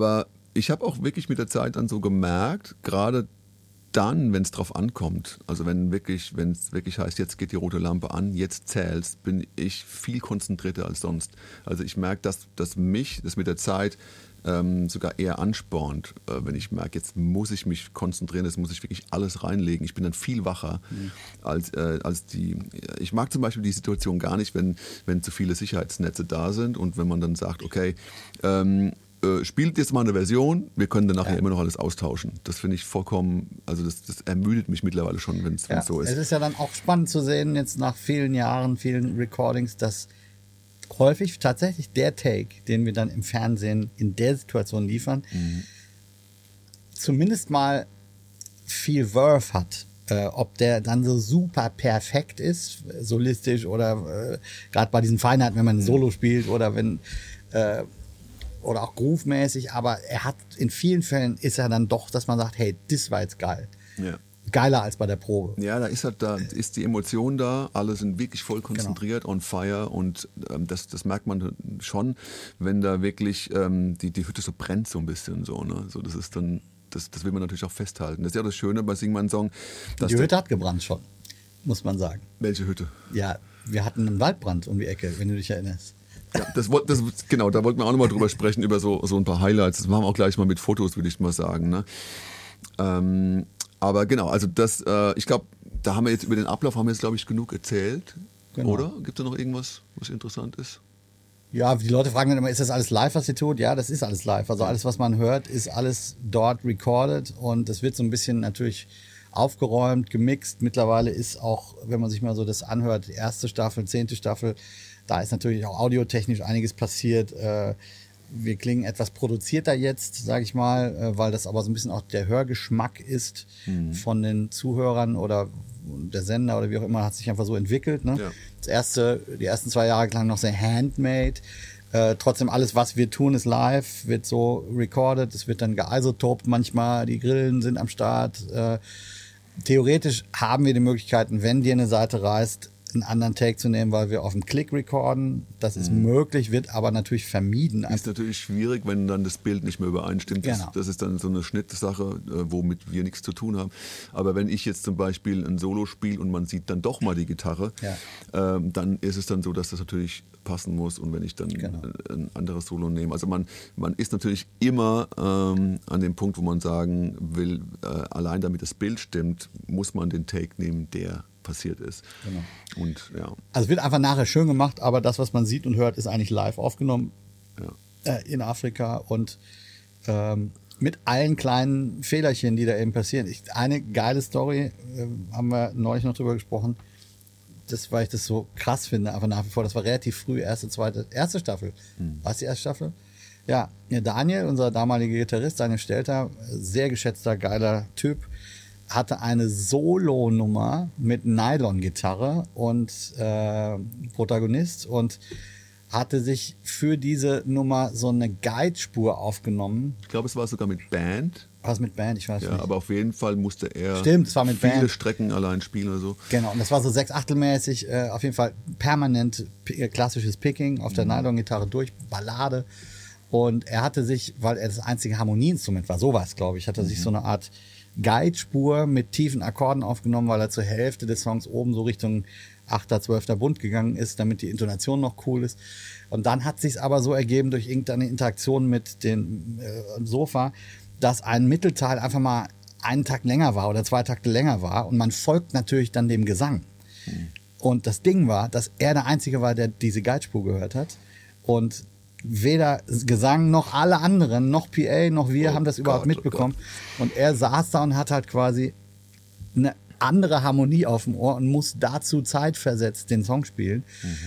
ich habe auch wirklich mit der Zeit dann so gemerkt, gerade dann, wenn es drauf ankommt, also wenn es wirklich heißt, jetzt geht die rote Lampe an, jetzt zählst, bin ich viel konzentrierter als sonst. Also ich merke, dass mich das mit der Zeit sogar eher anspornt, wenn ich merke, jetzt muss ich mich konzentrieren, jetzt muss ich wirklich alles reinlegen. Ich bin dann viel wacher als die. Ich mag zum Beispiel die Situation gar nicht, wenn zu viele Sicherheitsnetze da sind und wenn man dann sagt, okay, spielt jetzt mal eine Version, wir können dann nachher immer noch alles austauschen. Das finde ich vollkommen, also das ermüdet mich mittlerweile schon, wenn es so ist. Es ist ja dann auch spannend zu sehen, jetzt nach vielen Jahren, vielen Recordings, dass häufig tatsächlich der Take, den wir dann im Fernsehen in der Situation liefern, zumindest mal viel Worth hat. Ob der dann so super perfekt ist, solistisch oder gerade bei diesen Feinheiten, wenn man ein Solo spielt oder wenn oder auch groove-mäßig, aber er hat in vielen Fällen ist er dann doch, dass man sagt, hey, das war jetzt geil. Ja. Geiler als bei der Probe. Ja, da ist die Emotion da, alle sind wirklich voll konzentriert, on fire und das merkt man schon, wenn da wirklich die Hütte so brennt so ein bisschen so, ne? So, das ist dann, das will man natürlich auch festhalten. Das ist ja das Schöne bei Sing meinen Song. Die Hütte hat gebrannt schon, muss man sagen. Welche Hütte? Ja, wir hatten einen Waldbrand um die Ecke, wenn du dich erinnerst. Ja, genau, da wollten wir auch nochmal drüber sprechen, über so ein paar Highlights. Das machen wir auch gleich mal mit Fotos, würde ich mal sagen. Ne? Aber genau, also ich glaube, da haben wir jetzt über den Ablauf glaube ich, genug erzählt. Genau. Oder? Gibt es da noch irgendwas, was interessant ist? Ja, die Leute fragen dann immer, ist das alles live, was ihr tut? Ja, das ist alles live. Also alles, was man hört, ist alles dort recorded und es wird so ein bisschen natürlich aufgeräumt, gemixt. Mittlerweile ist auch, wenn man sich mal so das anhört, die erste Staffel, 10. Staffel, da ist natürlich auch audiotechnisch einiges passiert. Wir klingen etwas produzierter jetzt, sage ich mal, weil das aber so ein bisschen auch der Hörgeschmack ist von den Zuhörern oder der Sender oder wie auch immer, hat sich einfach so entwickelt. Ne? Ja. Die ersten 2 Jahre klang noch sehr handmade. Trotzdem alles, was wir tun, ist live, wird so recorded, es wird dann geisotopt manchmal, die Grillen sind am Start. Theoretisch haben wir die Möglichkeiten, wenn dir eine Seite reißt, einen anderen Take zu nehmen, weil wir auf dem Klick recorden. Das ist möglich, wird aber natürlich vermieden. Ist natürlich schwierig, wenn dann das Bild nicht mehr übereinstimmt. Genau. Das ist dann so eine Schnittsache, womit wir nichts zu tun haben. Aber wenn ich jetzt zum Beispiel ein Solo spiele und man sieht dann doch mal die Gitarre, dann ist es dann so, dass das natürlich passen muss. Und wenn ich dann ein anderes Solo nehme. Also man ist natürlich immer an dem Punkt, wo man sagen will, allein damit das Bild stimmt, muss man den Take nehmen, der passiert ist. Genau. Und, ja. Also es wird einfach nachher schön gemacht, aber das, was man sieht und hört, ist eigentlich live aufgenommen in Afrika und mit allen kleinen Fehlerchen, die da eben passieren. Eine geile Story, haben wir neulich noch drüber gesprochen, weil ich das so krass finde, aber nach wie vor, das war relativ früh, erste Staffel. War es die erste Staffel? Ja, Daniel, unser damaliger Gitarrist, Daniel Stelter, sehr geschätzter, geiler Typ, hatte eine Solo-Nummer mit Nylon-Gitarre und Protagonist und hatte sich für diese Nummer so eine Guide-Spur aufgenommen. Ich glaube, es war sogar mit Band. War es mit Band? Ich weiß nicht. Ja, aber auf jeden Fall musste er es war mit viele Band. Strecken allein spielen oder so. Genau, und das war so 6/8-mäßig, auf jeden Fall permanent klassisches Picking auf der Nylon-Gitarre durch, Ballade. Und er hatte sich, weil er das einzige Harmonieinstrument war, sowas, glaube ich, hatte sich so eine Art Guide-Spur mit tiefen Akkorden aufgenommen, weil er zur Hälfte des Songs oben so Richtung 8., 12. Bund gegangen ist, damit die Intonation noch cool ist. Und dann hat sich's aber so ergeben durch irgendeine Interaktion mit dem Sofa, dass ein Mittelteil einfach mal einen Takt länger war oder 2 Takte länger war und man folgt natürlich dann dem Gesang. Und das Ding war, dass er der Einzige war, der diese Guide-Spur gehört hat und weder Gesang noch alle anderen, noch PA, noch wir haben das überhaupt mitbekommen. Und er saß da und hat halt quasi eine andere Harmonie auf dem Ohr und muss dazu zeitversetzt den Song spielen.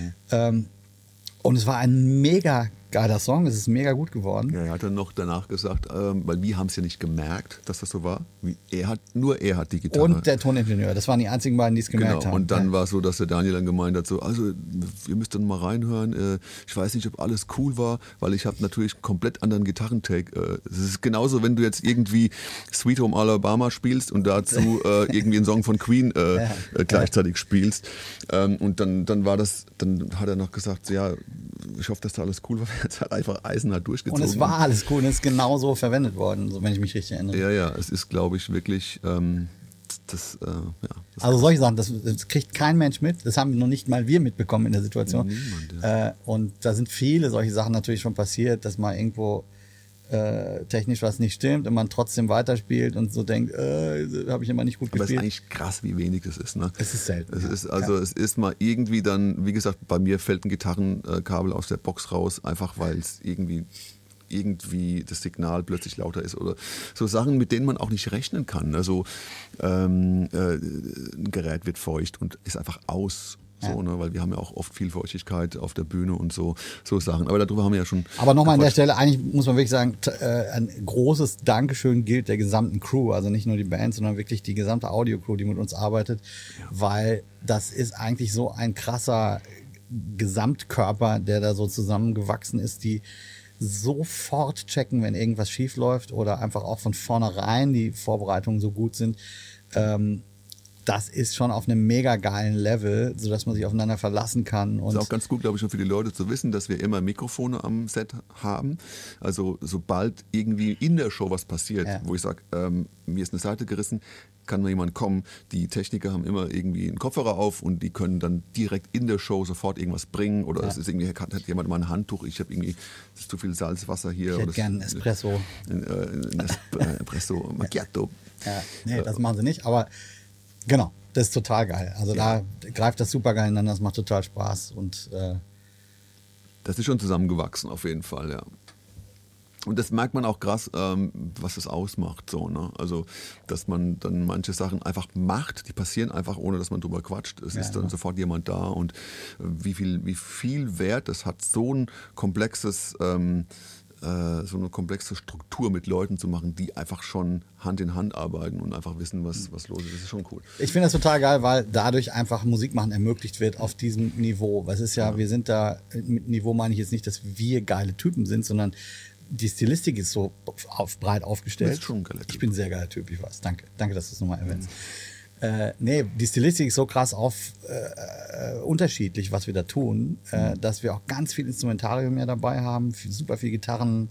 Und es war ein mega geiler Song, es ist mega gut geworden. Ja, er hat dann noch danach gesagt, weil wir haben es ja nicht gemerkt, dass das so war. Nur er hat die Gitarre. Und der Toningenieur, das waren die einzigen beiden, die es gemerkt haben. Und dann war es so, dass der Daniel dann gemeint hat, so, also ihr müsst dann mal reinhören, ich weiß nicht, ob alles cool war, weil ich habe natürlich einen komplett anderen Gitarrentake. Es ist genauso, wenn du jetzt irgendwie Sweet Home Alabama spielst und dazu irgendwie einen Song von Queen gleichzeitig spielst. Und dann war das, dann hat er noch gesagt, ja, ich hoffe, dass da alles cool war. Es hat einfach eisenhart durchgezogen. Und es war alles cool und es ist genauso verwendet worden, so wenn ich mich richtig erinnere. Ja, es ist, glaube ich, wirklich also solche Sachen, das kriegt kein Mensch mit. Das haben noch nicht mal wir mitbekommen in der Situation. Niemand, ja. Und da sind viele solche Sachen natürlich schon passiert, dass mal irgendwo technisch was nicht stimmt und man trotzdem weiterspielt und so denkt, habe ich immer nicht gut gespielt. Aber es ist eigentlich krass, wie wenig das ist. Ne? Es ist selten. Es ist mal irgendwie dann, wie gesagt, bei mir fällt ein Gitarrenkabel aus der Box raus, einfach weil es irgendwie das Signal plötzlich lauter ist oder so Sachen, mit denen man auch nicht rechnen kann. Also ein Gerät wird feucht und ist einfach aus. So, ne, weil wir haben ja auch oft viel Feuchtigkeit auf der Bühne und so Sachen. Aber darüber haben wir ja schon. Aber nochmal an der Stelle, eigentlich muss man wirklich sagen, ein großes Dankeschön gilt der gesamten Crew, also nicht nur die Band, sondern wirklich die gesamte Audio-Crew, die mit uns arbeitet, weil das ist eigentlich so ein krasser Gesamtkörper, der da so zusammengewachsen ist, die sofort checken, wenn irgendwas schief läuft oder einfach auch von vornherein die Vorbereitungen so gut sind. Das ist schon auf einem mega geilen Level, sodass man sich aufeinander verlassen kann. Und ist auch ganz gut, glaube ich, schon für die Leute zu wissen, dass wir immer Mikrofone am Set haben. Also sobald irgendwie in der Show was passiert, wo ich sage, mir ist eine Seite gerissen, kann mal jemand kommen. Die Techniker haben immer irgendwie einen Kopfhörer auf und die können dann direkt in der Show sofort irgendwas bringen. Oder es ist irgendwie, hat jemand mal ein Handtuch, ich habe irgendwie, es ist zu viel Salzwasser hier. Ich hätte gerne einen Espresso. Espresso Macchiato. Ja, nee, das machen sie nicht, aber genau, das ist total geil. Also da greift das super geil ineinander, das macht total Spaß. Und das ist schon zusammengewachsen, auf jeden Fall, ja. Und das merkt man auch krass, was es ausmacht. So, ne? Also, dass man dann manche Sachen einfach macht, die passieren einfach, ohne dass man drüber quatscht. Es ist dann sofort jemand da und wie viel Wert das hat, so ein komplexes so eine komplexe Struktur mit Leuten zu machen, die einfach schon Hand in Hand arbeiten und einfach wissen, was los ist. Das ist schon cool. Ich finde das total geil, weil dadurch einfach Musik machen ermöglicht wird auf diesem Niveau. Was ist wir sind da, mit Niveau meine ich jetzt nicht, dass wir geile Typen sind, sondern die Stilistik ist so breit aufgestellt. Du bist schon ein geiler Typ. Ich bin ein sehr geiler Typ, ich weiß. Danke, dass du es nochmal erwähnst. Nee, die Stilistik ist so krass unterschiedlich, was wir da tun, dass wir auch ganz viel Instrumentarium ja dabei haben, super viel Gitarren,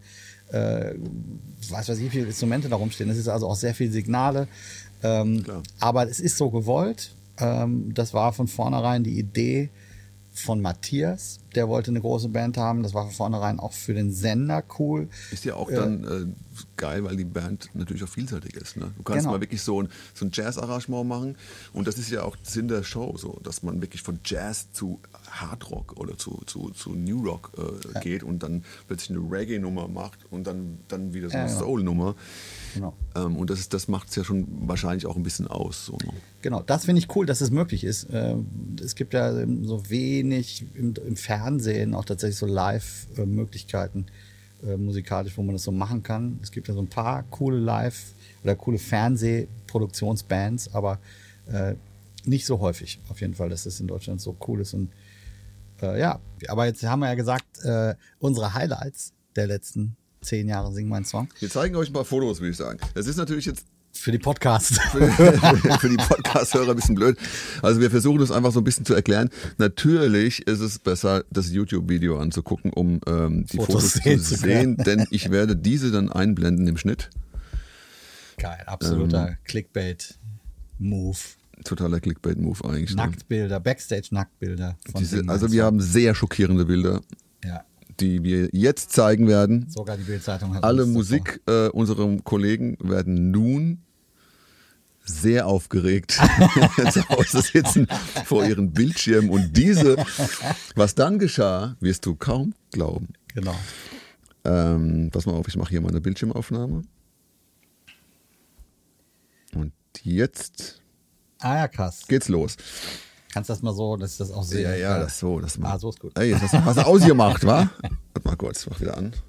weiß ich, wie viele Instrumente da rumstehen. Es ist also auch sehr viel Signale. Aber es ist so gewollt. Das war von vornherein die Idee von Matthias, der wollte eine große Band haben. Das war von vornherein auch für den Sender cool. Ist ja auch dann geil, weil die Band natürlich auch vielseitig ist. Ne? Du kannst mal wirklich so ein Jazz-Arrangement machen und das ist ja auch Sinn der Show, so, dass man wirklich von Jazz zu Hardrock oder zu New Rock geht und dann plötzlich eine Reggae-Nummer macht und dann wieder so eine Soul-Nummer. Genau. Und das macht es ja schon wahrscheinlich auch ein bisschen aus. So, ne? Genau, das finde ich cool, dass es möglich ist. Es gibt ja so wenig im Fernsehen auch tatsächlich so Live-Möglichkeiten musikalisch, wo man das so machen kann. Es gibt ja so ein paar coole Live- oder coole Fernsehproduktionsbands, aber nicht so häufig auf jeden Fall, dass das in Deutschland so cool ist. Und aber jetzt haben wir ja gesagt, unsere Highlights der letzten 10 Jahre Sing mein Song. Wir zeigen euch ein paar Fotos, würde ich sagen. Das ist natürlich jetzt für die Podcasts. Für die Podcast-Hörer ein bisschen blöd. Also wir versuchen das einfach so ein bisschen zu erklären. Natürlich ist es besser, das YouTube-Video anzugucken, um die Fotos zu sehen, denn ich werde diese dann einblenden im Schnitt. Geil, absoluter Clickbait-Move. Totaler Clickbait-Move eigentlich. Nacktbilder, Backstage-Nacktbilder. Also wir haben sehr schockierende Bilder. Ja. Die wir jetzt zeigen werden. Sogar die Bild-Zeitung hat alle Musik unserer Kollegen werden nun sehr aufgeregt zu Hause sitzen vor ihren Bildschirmen und was dann geschah, wirst du kaum glauben. Genau. Pass mal auf, ich mache hier mal eine Bildschirmaufnahme. Und jetzt krass. geht's los. Kannst du das mal so, dass ich das auch sehe? Ja, das so. Das mal. So ist gut. Ey, jetzt hast du was ausgemacht, wa? Warte mal kurz, mach wieder an.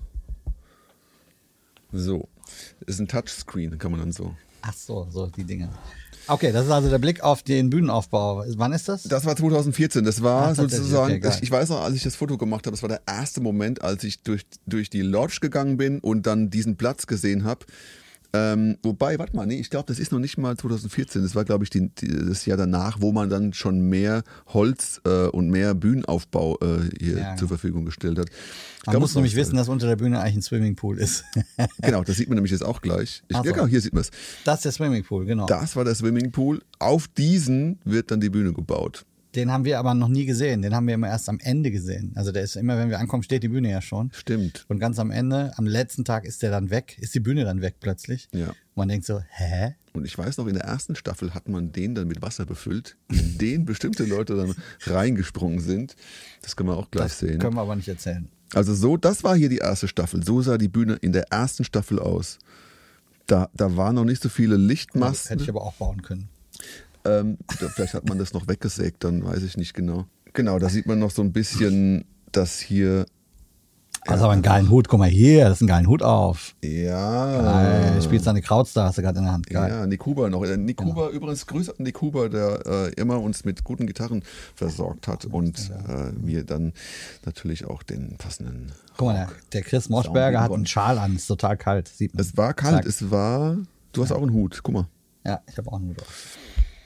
So. Das ist ein Touchscreen, kann man dann so. Ach so die Dinge. Okay, das ist also der Blick auf den Bühnenaufbau. Wann ist das? Das war 2014. Das war sozusagen, ich weiß noch, als ich das Foto gemacht habe, das war der erste Moment, als ich durch die Lodge gegangen bin und dann diesen Platz gesehen habe. Wobei, warte mal, nee, ich glaube, das ist noch nicht mal 2014. Das war, glaube ich, das Jahr danach, wo man dann schon mehr Holz und mehr Bühnenaufbau hier zur Verfügung gestellt hat. Man muss nämlich wissen, dass unter der Bühne eigentlich ein Swimmingpool ist. Genau, das sieht man nämlich jetzt auch gleich. Genau, hier sieht man es. Das ist der Swimmingpool, genau. Das war der Swimmingpool. Auf diesen wird dann die Bühne gebaut. Den haben wir aber noch nie gesehen. Den haben wir immer erst am Ende gesehen. Also der ist immer, wenn wir ankommen, steht die Bühne ja schon. Stimmt. Und ganz am Ende, am letzten Tag ist der dann weg, ist die Bühne dann weg plötzlich. Ja. Und man denkt so, hä? Und ich weiß noch, in der ersten Staffel hat man den dann mit Wasser befüllt, in den bestimmte Leute dann reingesprungen sind. Das können wir auch gleich sehen. Können wir aber nicht erzählen. Also das war hier die erste Staffel. So sah die Bühne in der ersten Staffel aus. Da waren noch nicht so viele Lichtmasten. Hätte ich aber auch bauen können. Vielleicht hat man das noch weggesägt, dann weiß ich nicht genau. Genau, da sieht man noch so ein bisschen, dass hier... Das ist aber einen geilen Hut. Guck mal hier, das ist ein geilen Hut auf. Ja. Geil. Spielst du eine Krautstar, hast du gerade in der Hand. Geil. Ja, Nick Huber noch. Nick Huber, übrigens, Grüße an Nick Huber, der immer uns mit guten Gitarren versorgt hat und mir dann natürlich auch den passenden Guck mal, der Chris Moschberger hat einen Schal an, ist total kalt. Sieht man. Es war kalt, du hast auch einen Hut, guck mal. Ja, ich habe auch einen Hut auf.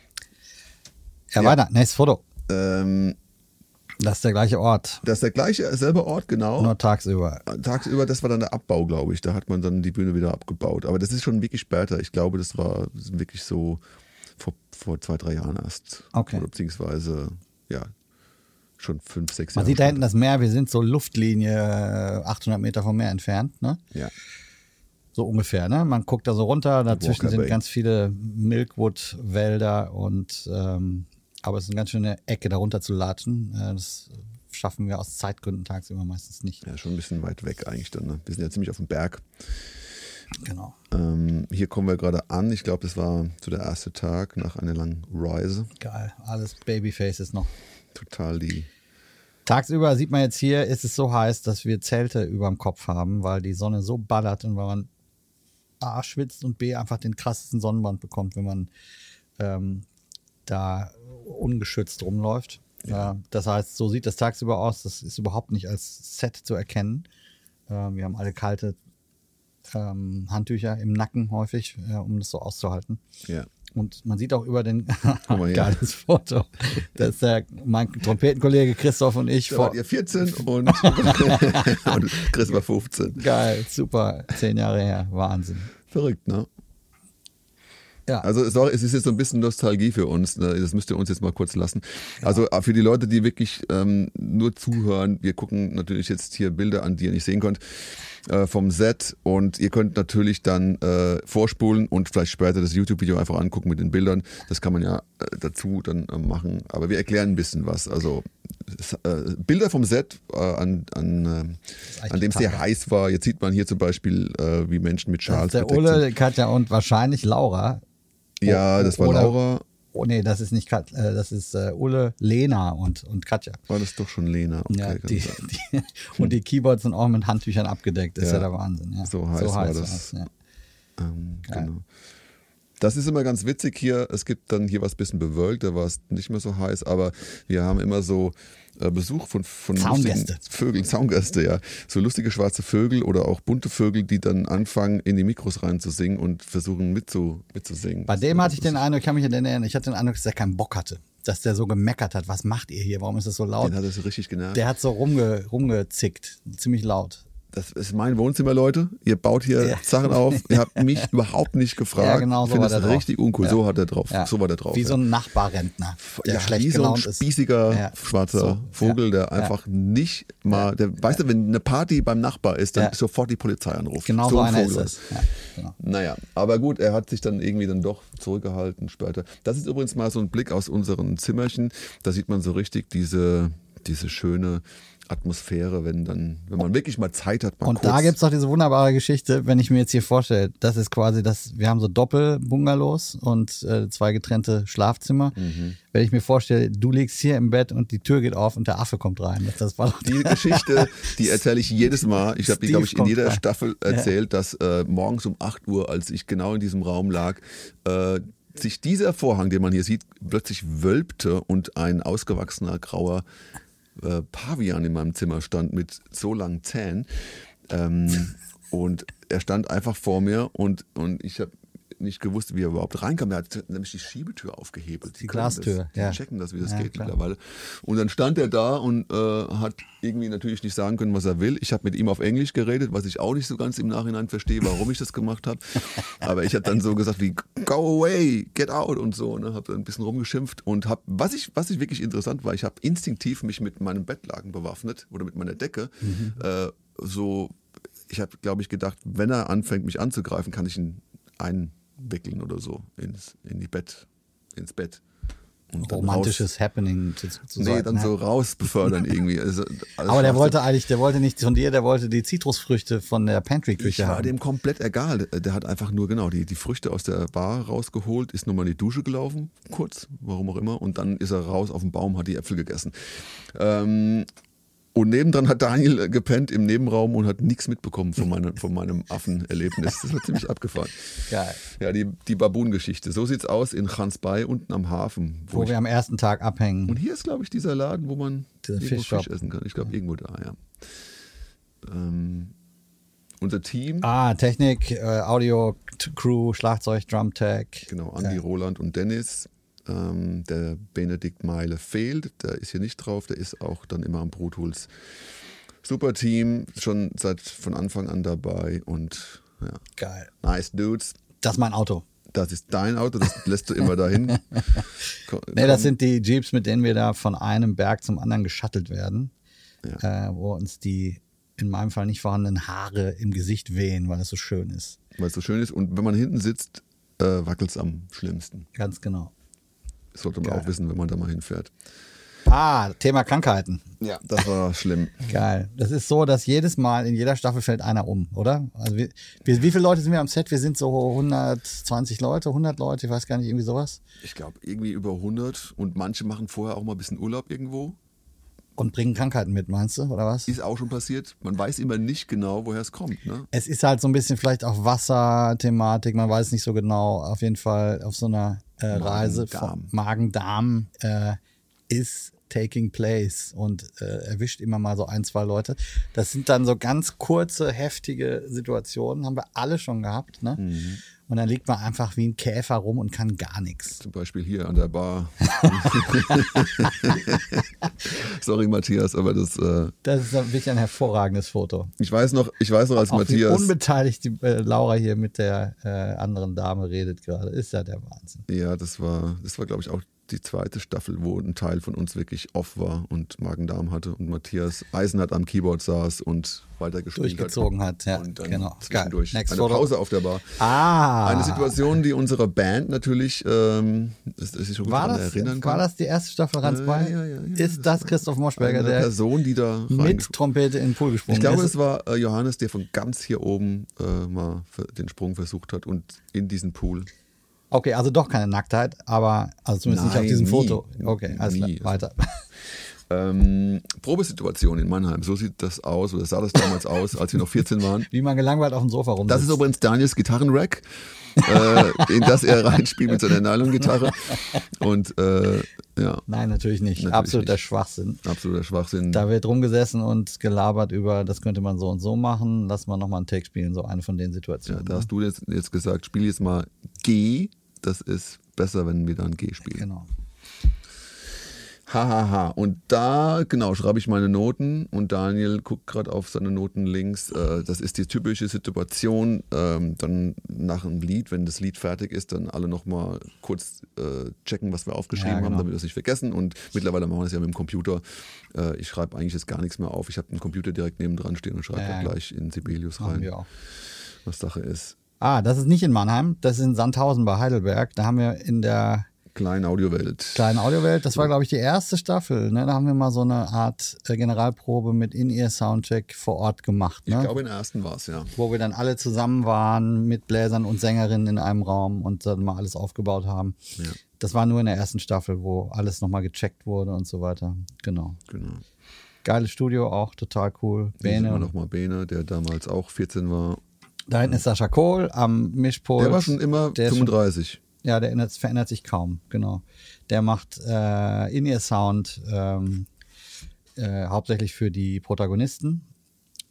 Ja, weiter, nächstes Foto. Das ist der gleiche Ort. Das ist selbe Ort, genau. Nur tagsüber. Tagsüber, das war dann der Abbau, glaube ich. Da hat man dann die Bühne wieder abgebaut. Aber das ist schon wirklich später. Ich glaube, das war wirklich so vor 2-3 Jahren erst. Okay. Oder beziehungsweise, ja, schon 5, 6 Jahre. Man sieht da hinten später. das Meer. Wir sind so Luftlinie 800 Meter vom Meer entfernt, ne? Ja. So ungefähr, ne? Man guckt da so runter. Dazwischen sind ganz viele Milkwood-Wälder und aber es ist eine ganz schöne Ecke, da runter zu latschen. Das schaffen wir aus Zeitgründen tagsüber meistens nicht. Ja, schon ein bisschen weit weg eigentlich dann. Ne? Wir sind ja ziemlich auf dem Berg. Genau. Hier kommen wir gerade an. Ich glaube, das war so der erste Tag nach einer langen Reise. Geil, alles Babyfaces noch. Total die... Tagsüber sieht man jetzt hier, ist es so heiß, dass wir Zelte über dem Kopf haben, weil die Sonne so ballert und weil man A, schwitzt und B, einfach den krassesten Sonnenbrand bekommt, wenn man da ungeschützt rumläuft. Ja. Das heißt, so sieht das tagsüber aus. Das ist überhaupt nicht als Set zu erkennen. Wir haben alle kalte Handtücher im Nacken häufig, um das so auszuhalten. Ja. Und man sieht auch über den geiles Foto, dass mein Trompetenkollege Christoph und ich da wart ihr 14 und Chris war 15. Geil, super, 10 Jahre her, Wahnsinn. Verrückt, ne? Ja. Also es ist jetzt so ein bisschen Nostalgie für uns, ne? Das müsst ihr uns jetzt mal kurz lassen. Ja. Also für die Leute, die wirklich nur zuhören, wir gucken natürlich jetzt hier Bilder an, die ihr nicht sehen könnt, vom Set, und ihr könnt natürlich dann vorspulen und vielleicht später das YouTube-Video einfach angucken mit den Bildern. Das kann man ja dazu dann machen, aber wir erklären ein bisschen was. Also Bilder vom Set, an dem es sehr heiß war. Jetzt sieht man hier zum Beispiel, wie Menschen mit Schals bedeckt sind. Der Ulle, Katja und wahrscheinlich Laura. Ja, das war Laura. Oh nee, das ist nicht Katja, das ist Ulle, Lena und Katja. War das doch schon Lena? Okay, ja, und die Keyboards sind auch mit Handtüchern abgedeckt. Das ist ja der Wahnsinn. Ja. So heiß war das. Ja. Genau. Das ist immer ganz witzig hier. Es gibt dann hier was bisschen bewölkt, da war es nicht mehr so heiß, aber wir haben immer so Besuch von lustigen Vögeln, Zaungäste, ja. So lustige schwarze Vögel oder auch bunte Vögel, die dann anfangen, in die Mikros reinzusingen und versuchen mitzusingen. Bei dem hatte ich den Eindruck, ich kann mich erinnern, ich hatte den Eindruck, dass er keinen Bock hatte. Dass der so gemeckert hat, was macht ihr hier, warum ist das so laut? Den hat er so richtig genervt. Der hat so rumgezickt, ziemlich laut. Das ist mein Wohnzimmer, Leute. Ihr baut hier Sachen auf. Ihr habt mich überhaupt nicht gefragt. Ja, genau, so war der drauf. Richtig uncool. Ja. So hat er drauf. Ja. So war der drauf. Wie so ein Nachbarrentner, der schlecht wie gelaunt so ein spießiger schwarzer Vogel, der einfach nicht mal, weißt du, wenn eine Party beim Nachbar ist, dann sofort die Polizei anruft. Genau so einer ist es. Ja, genau. Naja, aber gut, er hat sich dann irgendwie dann doch zurückgehalten später. Das ist übrigens mal so ein Blick aus unseren Zimmerchen. Da sieht man so richtig diese schöne Atmosphäre, wenn man wirklich mal Zeit hat. Und da gibt es doch diese wunderbare Geschichte, wenn ich mir jetzt hier vorstelle, das ist quasi wir haben so Doppelbungalows und 2 getrennte Schlafzimmer. Wenn ich mir vorstelle, du liegst hier im Bett und die Tür geht auf und der Affe kommt rein. Das war die Geschichte, die erzähle ich jedes Mal. Ich habe die, glaube ich, in jeder Staffel erzählt, dass morgens um 8 Uhr, als ich genau in diesem Raum lag, sich dieser Vorhang, den man hier sieht, plötzlich wölbte und ein ausgewachsener grauer Pavian in meinem Zimmer stand mit so langen Zähnen. Und er stand einfach vor mir und ich habe nicht gewusst, wie er überhaupt reinkam. Er hat nämlich die Schiebetür aufgehebelt. Die Glastür, die checken das, wie das geht mittlerweile. Und dann stand er da und hat irgendwie natürlich nicht sagen können, was er will. Ich habe mit ihm auf Englisch geredet, was ich auch nicht so ganz im Nachhinein verstehe, warum ich das gemacht habe. Aber ich habe dann so gesagt wie, go away, get out und so. Ne? Habe dann ein bisschen rumgeschimpft und habe, was ich wirklich interessant war, ich habe instinktiv mich mit meinem Bettlaken bewaffnet oder mit meiner Decke. Ich habe, glaube ich, gedacht, wenn er anfängt, mich anzugreifen, kann ich ihn einwickeln oder so ins Bett. Und romantisches Happening sozusagen. Nee, dann so raus befördern irgendwie. Also, aber der wollte nicht von dir, der wollte die Zitrusfrüchte von der Pantry-Küche haben. War dem komplett egal. Der hat einfach nur die Früchte aus der Bar rausgeholt, ist nochmal in die Dusche gelaufen, kurz, warum auch immer, und dann ist er raus auf den Baum, hat die Äpfel gegessen. Und nebendran hat Daniel gepennt im Nebenraum und hat nichts mitbekommen von meinem Affenerlebnis. Das war ziemlich abgefahren. Geil. Ja, die Baboon-Geschichte. So sieht's aus in Chansbai unten am Hafen. Wo wir am ersten Tag abhängen. Und hier ist, glaube ich, dieser Laden, wo man Fisch essen kann. Ich glaube, irgendwo da, ja. Unser Team. Technik, Audio, Crew, Schlagzeug, Drumtech. Genau, Andi, Roland und Dennis. Der Benedikt Meile fehlt, der ist hier nicht drauf, der ist auch dann immer am Pro Tools. Super Team, schon von Anfang an dabei und ja. Geil. Nice Dudes. Das ist mein Auto. Das ist dein Auto, das lässt du immer dahin. Das sind die Jeeps, mit denen wir da von einem Berg zum anderen geschattelt werden, wo uns die in meinem Fall nicht vorhandenen Haare im Gesicht wehen, weil es so schön ist. Weil es so schön ist und wenn man hinten sitzt, wackelt es am schlimmsten. Ganz genau. Das sollte man auch wissen, wenn man da mal hinfährt. Thema Krankheiten. Ja, das war schlimm. Geil. Das ist so, dass jedes Mal in jeder Staffel fällt einer um, oder? Also wie viele Leute sind wir am Set? Wir sind so 120 Leute, 100 Leute, ich weiß gar nicht, irgendwie sowas. Ich glaube, irgendwie über 100 und manche machen vorher auch mal ein bisschen Urlaub irgendwo. Und bringen Krankheiten mit, meinst du, oder was? Ist auch schon passiert. Man weiß immer nicht genau, woher es kommt. Ne? Es ist halt so ein bisschen vielleicht auch Wasserthematik, man weiß nicht so genau. Auf jeden Fall auf so einer Reise von Magen-Darm ist taking place und erwischt immer mal so 1, 2 Leute. Das sind dann so ganz kurze, heftige Situationen, haben wir alle schon gehabt. Ne? Mhm. Und dann liegt man einfach wie ein Käfer rum und kann gar nichts. Zum Beispiel hier an der Bar. Sorry, Matthias, aber das ist wirklich ein hervorragendes Foto. Ich weiß noch, als auch Matthias. Wie unbeteiligt die Laura hier mit der anderen Dame redet gerade. Ist ja der Wahnsinn. Ja, das war glaube ich, auch die zweite Staffel, wo ein Teil von uns wirklich off war und Magen-Darm hatte und Matthias Eisenhardt am Keyboard saß und weitergespielt durchgezogen hat. Ja, und dann genau. Zwischendurch Next eine Photo. Pause auf der Bar. Eine Situation, die unsere Band natürlich sich schon daran erinnern kann. War das die erste Staffel Ransbei? Ja. Ist das Christoph Moschberger, eine der Person, die da mit Trompete in den Pool gesprungen ist? Ich glaube, es war Johannes, der von ganz hier oben mal den Sprung versucht hat und in diesen Pool. Okay, also doch keine Nacktheit, aber also zumindest nicht auf diesem Foto. Okay, alles klar, weiter. Probesituation in Mannheim, so sieht das aus, oder sah das damals aus, als wir noch 14 waren. Wie man gelangweilt auf dem Sofa rumsitzt. Das ist übrigens Daniels Gitarrenrack, in das er reinspielt mit seiner Nylon-Gitarre. Und ja. Nein, natürlich nicht. Absoluter Schwachsinn. Absoluter Schwachsinn. Da wird rumgesessen und gelabert über, das könnte man so und so machen, lass mal nochmal einen Take spielen, so eine von den Situationen. Ja, da hast du jetzt gesagt, spiel jetzt mal G, das ist besser, wenn wir dann G spielen. Genau. Hahaha. Und da, genau, schreibe ich meine Noten und Daniel guckt gerade auf seine Noten links. Das ist die typische Situation. Dann nach einem Lied, wenn das Lied fertig ist, dann alle nochmal kurz checken, was wir aufgeschrieben haben, damit wir es nicht vergessen. Und mittlerweile machen wir das ja mit dem Computer. Ich schreibe eigentlich jetzt gar nichts mehr auf. Ich habe den Computer direkt nebendran stehen und schreibe dann gleich in Sibelius rein, was Sache ist. Das ist nicht in Mannheim, das ist in Sandhausen bei Heidelberg. Da haben wir in der Kleinen Audiowelt, das war, glaube ich, die erste Staffel. Ne? Da haben wir mal so eine Art Generalprobe mit In-Ear-Soundcheck vor Ort gemacht. Ne? Ich glaube, in der ersten war es, ja. Wo wir dann alle zusammen waren mit Bläsern und Sängerinnen in einem Raum und dann mal alles aufgebaut haben. Ja. Das war nur in der ersten Staffel, wo alles nochmal gecheckt wurde und so weiter. Genau. Geiles Studio, auch total cool. Bene. Nochmal Bene, der damals auch 14 war. Da hinten ist Sascha Kohl am Mischpult. Der war schon immer 35. Ja, der verändert sich kaum, genau. Der macht In-Ear-Sound hauptsächlich für die Protagonisten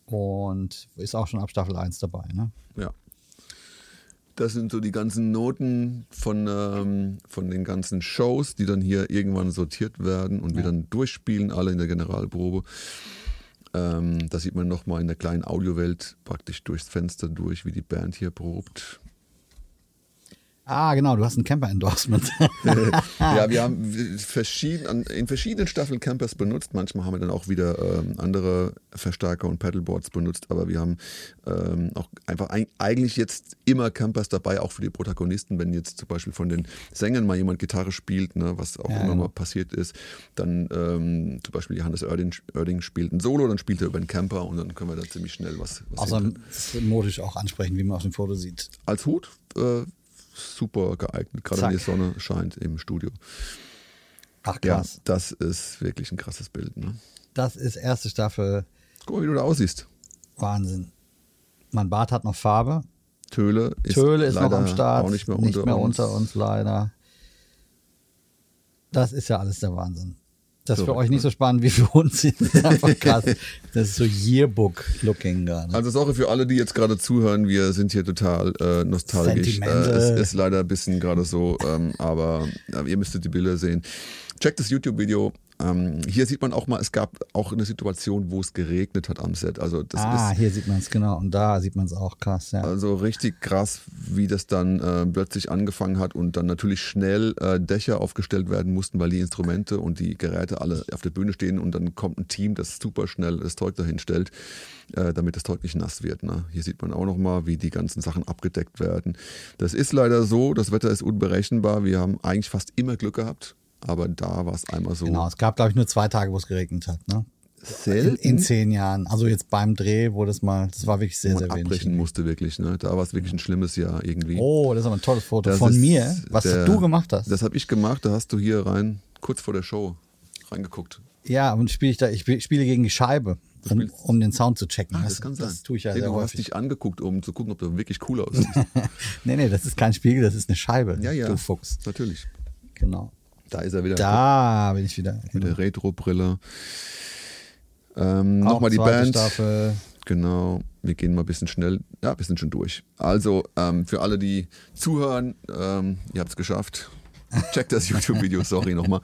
und ist auch schon ab Staffel 1 dabei. Ne? Ja. Das sind so die ganzen Noten von den ganzen Shows, die dann hier irgendwann sortiert werden und wir dann durchspielen, alle in der Generalprobe. Da sieht man nochmal in der kleinen Audiowelt praktisch durchs Fenster durch, wie die Band hier probt. Ah, genau, du hast ein Camper-Endorsement. Ja, wir haben in verschiedenen Staffeln Campers benutzt. Manchmal haben wir dann auch wieder andere Verstärker und Pedalboards benutzt. Aber wir haben auch einfach eigentlich jetzt immer Campers dabei, auch für die Protagonisten. Wenn jetzt zum Beispiel von den Sängern mal jemand Gitarre spielt, ne, was auch immer mal passiert ist, dann zum Beispiel Johannes Oerding spielt ein Solo, dann spielt er über einen Camper und dann können wir da ziemlich schnell was Außerdem ist es modisch auch ansprechend, wie man auf dem Foto sieht. Als Hut super geeignet, gerade wenn die Sonne scheint im Studio. Ach krass. Ja, das ist wirklich ein krasses Bild. Ne? Das ist erste Staffel. Guck mal, wie du da aussiehst. Wahnsinn. Mein Bart hat noch Farbe. Töle ist noch am Start. Auch nicht mehr unter uns leider. Das ist ja alles der Wahnsinn. Das ist für Verrückt, euch nicht so spannend wie für uns. Das ist einfach krass. Das ist so Yearbook-Looking gerade. Also sorry für alle, die jetzt gerade zuhören. Wir sind hier total nostalgisch. Es ist leider ein bisschen gerade so, aber ihr müsstet die Bilder sehen. Checkt das YouTube-Video. Hier sieht man auch mal, es gab auch eine Situation, wo es geregnet hat am Set. Also das hier sieht man es, genau. Und da sieht man es auch krass, ja. Also richtig krass, wie das dann plötzlich angefangen hat und dann natürlich schnell Dächer aufgestellt werden mussten, weil die Instrumente und die Geräte alle auf der Bühne stehen und dann kommt ein Team, das super schnell das Zeug dahin stellt, damit das Zeug nicht nass wird. Ne? Hier sieht man auch nochmal, wie die ganzen Sachen abgedeckt werden. Das ist leider so, das Wetter ist unberechenbar. Wir haben eigentlich fast immer Glück gehabt. Aber da war es einmal so. Genau, es gab, glaube ich, nur 2 Tage, wo es geregnet hat. Ne? Selten? In 10 Jahren. Also jetzt beim Dreh, das war wirklich sehr, sehr wenig. Abbrechen musste wirklich. Ne? Da war es wirklich ein schlimmes Jahr irgendwie. Oh, das ist aber ein tolles Foto von mir, was du gemacht hast. Das habe ich gemacht, da hast du hier kurz vor der Show reingeguckt. Ja, und ich spiele gegen die Scheibe, um den Sound zu checken. Das kann sein. Das tue ich ja sehr häufig. Du hast dich angeguckt, um zu gucken, ob du wirklich cool aussiehst. Nee, das ist kein Spiegel, das ist eine Scheibe. Ja, du Fuchs. Natürlich. Genau. Da ist er wieder. Da bin ich wieder. Mit der Retro-Brille. Nochmal die Band. Staffel. Genau. Wir gehen mal ein bisschen schnell. Ja, wir sind schon durch. Also, für alle, die zuhören, ihr habt es geschafft. Checkt das YouTube-Video, sorry nochmal.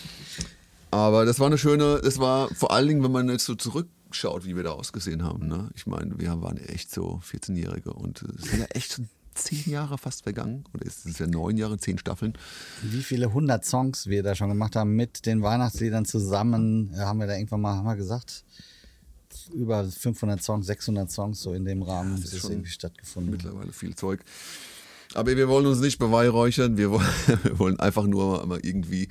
Aber das war das war vor allen Dingen, wenn man jetzt so zurückschaut, wie wir da ausgesehen haben. Ne? Ich meine, wir waren echt so 14-Jährige und es sind ja echt schon 10 Jahre fast vergangen, oder ist es ja 9 Jahre, 10 Staffeln. Wie viele 100 Songs wir da schon gemacht haben mit den Weihnachtsliedern zusammen, haben wir da irgendwann mal gesagt, über 500 Songs, 600 Songs, so in dem Rahmen ist es irgendwie stattgefunden. Mittlerweile viel Zeug. Aber wir wollen uns nicht beweihräuchern, wir wollen einfach nur mal irgendwie,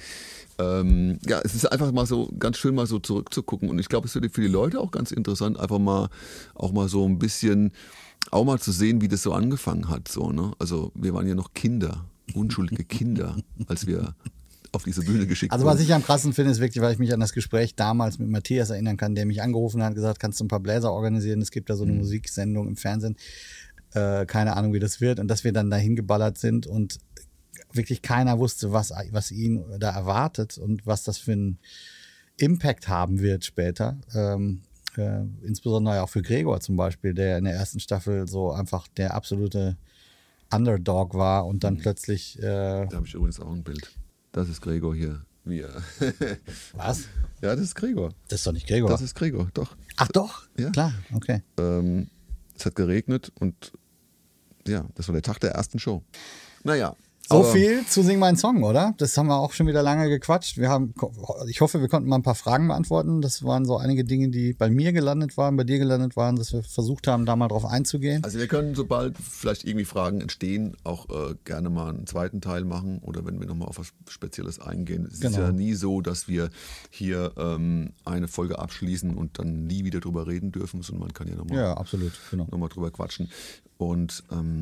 es ist einfach mal so ganz schön mal so zurückzugucken und ich glaube, es wird für die Leute auch ganz interessant, einfach mal auch mal so ein bisschen auch mal zu sehen, wie das so angefangen hat. So, ne? Also wir waren ja noch Kinder, unschuldige Kinder, als wir auf diese Bühne geschickt wurden. Also was ich am krassen finde, ist wirklich, weil ich mich an das Gespräch damals mit Matthias erinnern kann, der mich angerufen hat und gesagt, kannst du ein paar Bläser organisieren? Es gibt da so eine Musiksendung im Fernsehen. Keine Ahnung, wie das wird. Und dass wir dann dahin geballert sind und wirklich keiner wusste, was ihn da erwartet und was das für einen Impact haben wird später. Insbesondere auch für Gregor zum Beispiel, der in der ersten Staffel so einfach der absolute Underdog war und dann plötzlich... Da habe ich übrigens auch ein Bild. Das ist Gregor hier. Was? Ja, das ist Gregor. Das ist doch nicht Gregor. Das ist Gregor, doch. Ach doch? Ja. Klar, okay. Es hat geregnet und ja, das war der Tag der ersten Show. Naja. So viel zu Sing mein Song, oder? Das haben wir auch schon wieder lange gequatscht. Ich hoffe, wir konnten mal ein paar Fragen beantworten. Das waren so einige Dinge, die bei mir gelandet waren, bei dir gelandet waren, dass wir versucht haben, da mal drauf einzugehen. Also wir können, sobald vielleicht irgendwie Fragen entstehen, auch gerne mal einen zweiten Teil machen oder wenn wir nochmal auf was Spezielles eingehen. Es ist ja nie so, dass wir hier eine Folge abschließen und dann nie wieder drüber reden dürfen, sondern man kann ja nochmal nochmal drüber quatschen. Und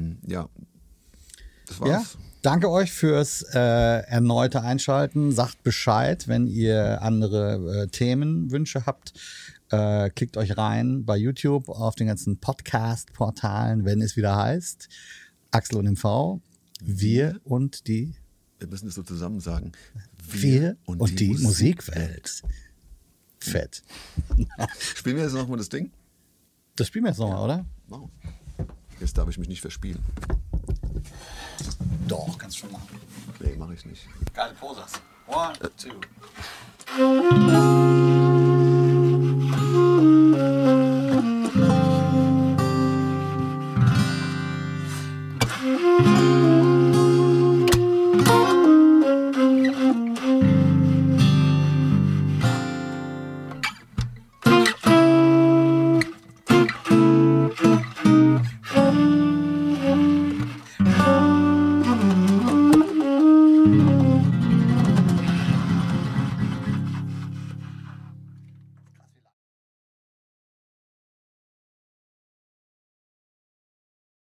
das war's. Ja, danke euch fürs erneute Einschalten. Sagt Bescheid, wenn ihr andere Themenwünsche habt. Klickt euch rein bei YouTube auf den ganzen Podcast-Portalen, wenn es wieder heißt Axel und MV, wir und die... Wir müssen es so zusammen sagen. Wir und die Musikwelt. Fett. Spielen wir jetzt nochmal das Ding? Das spielen wir jetzt nochmal, oder? Wow. Jetzt darf ich mich nicht verspielen. Doch, kannst du schon machen. Nee, mache ich nicht. Geile Pose. 1, 2.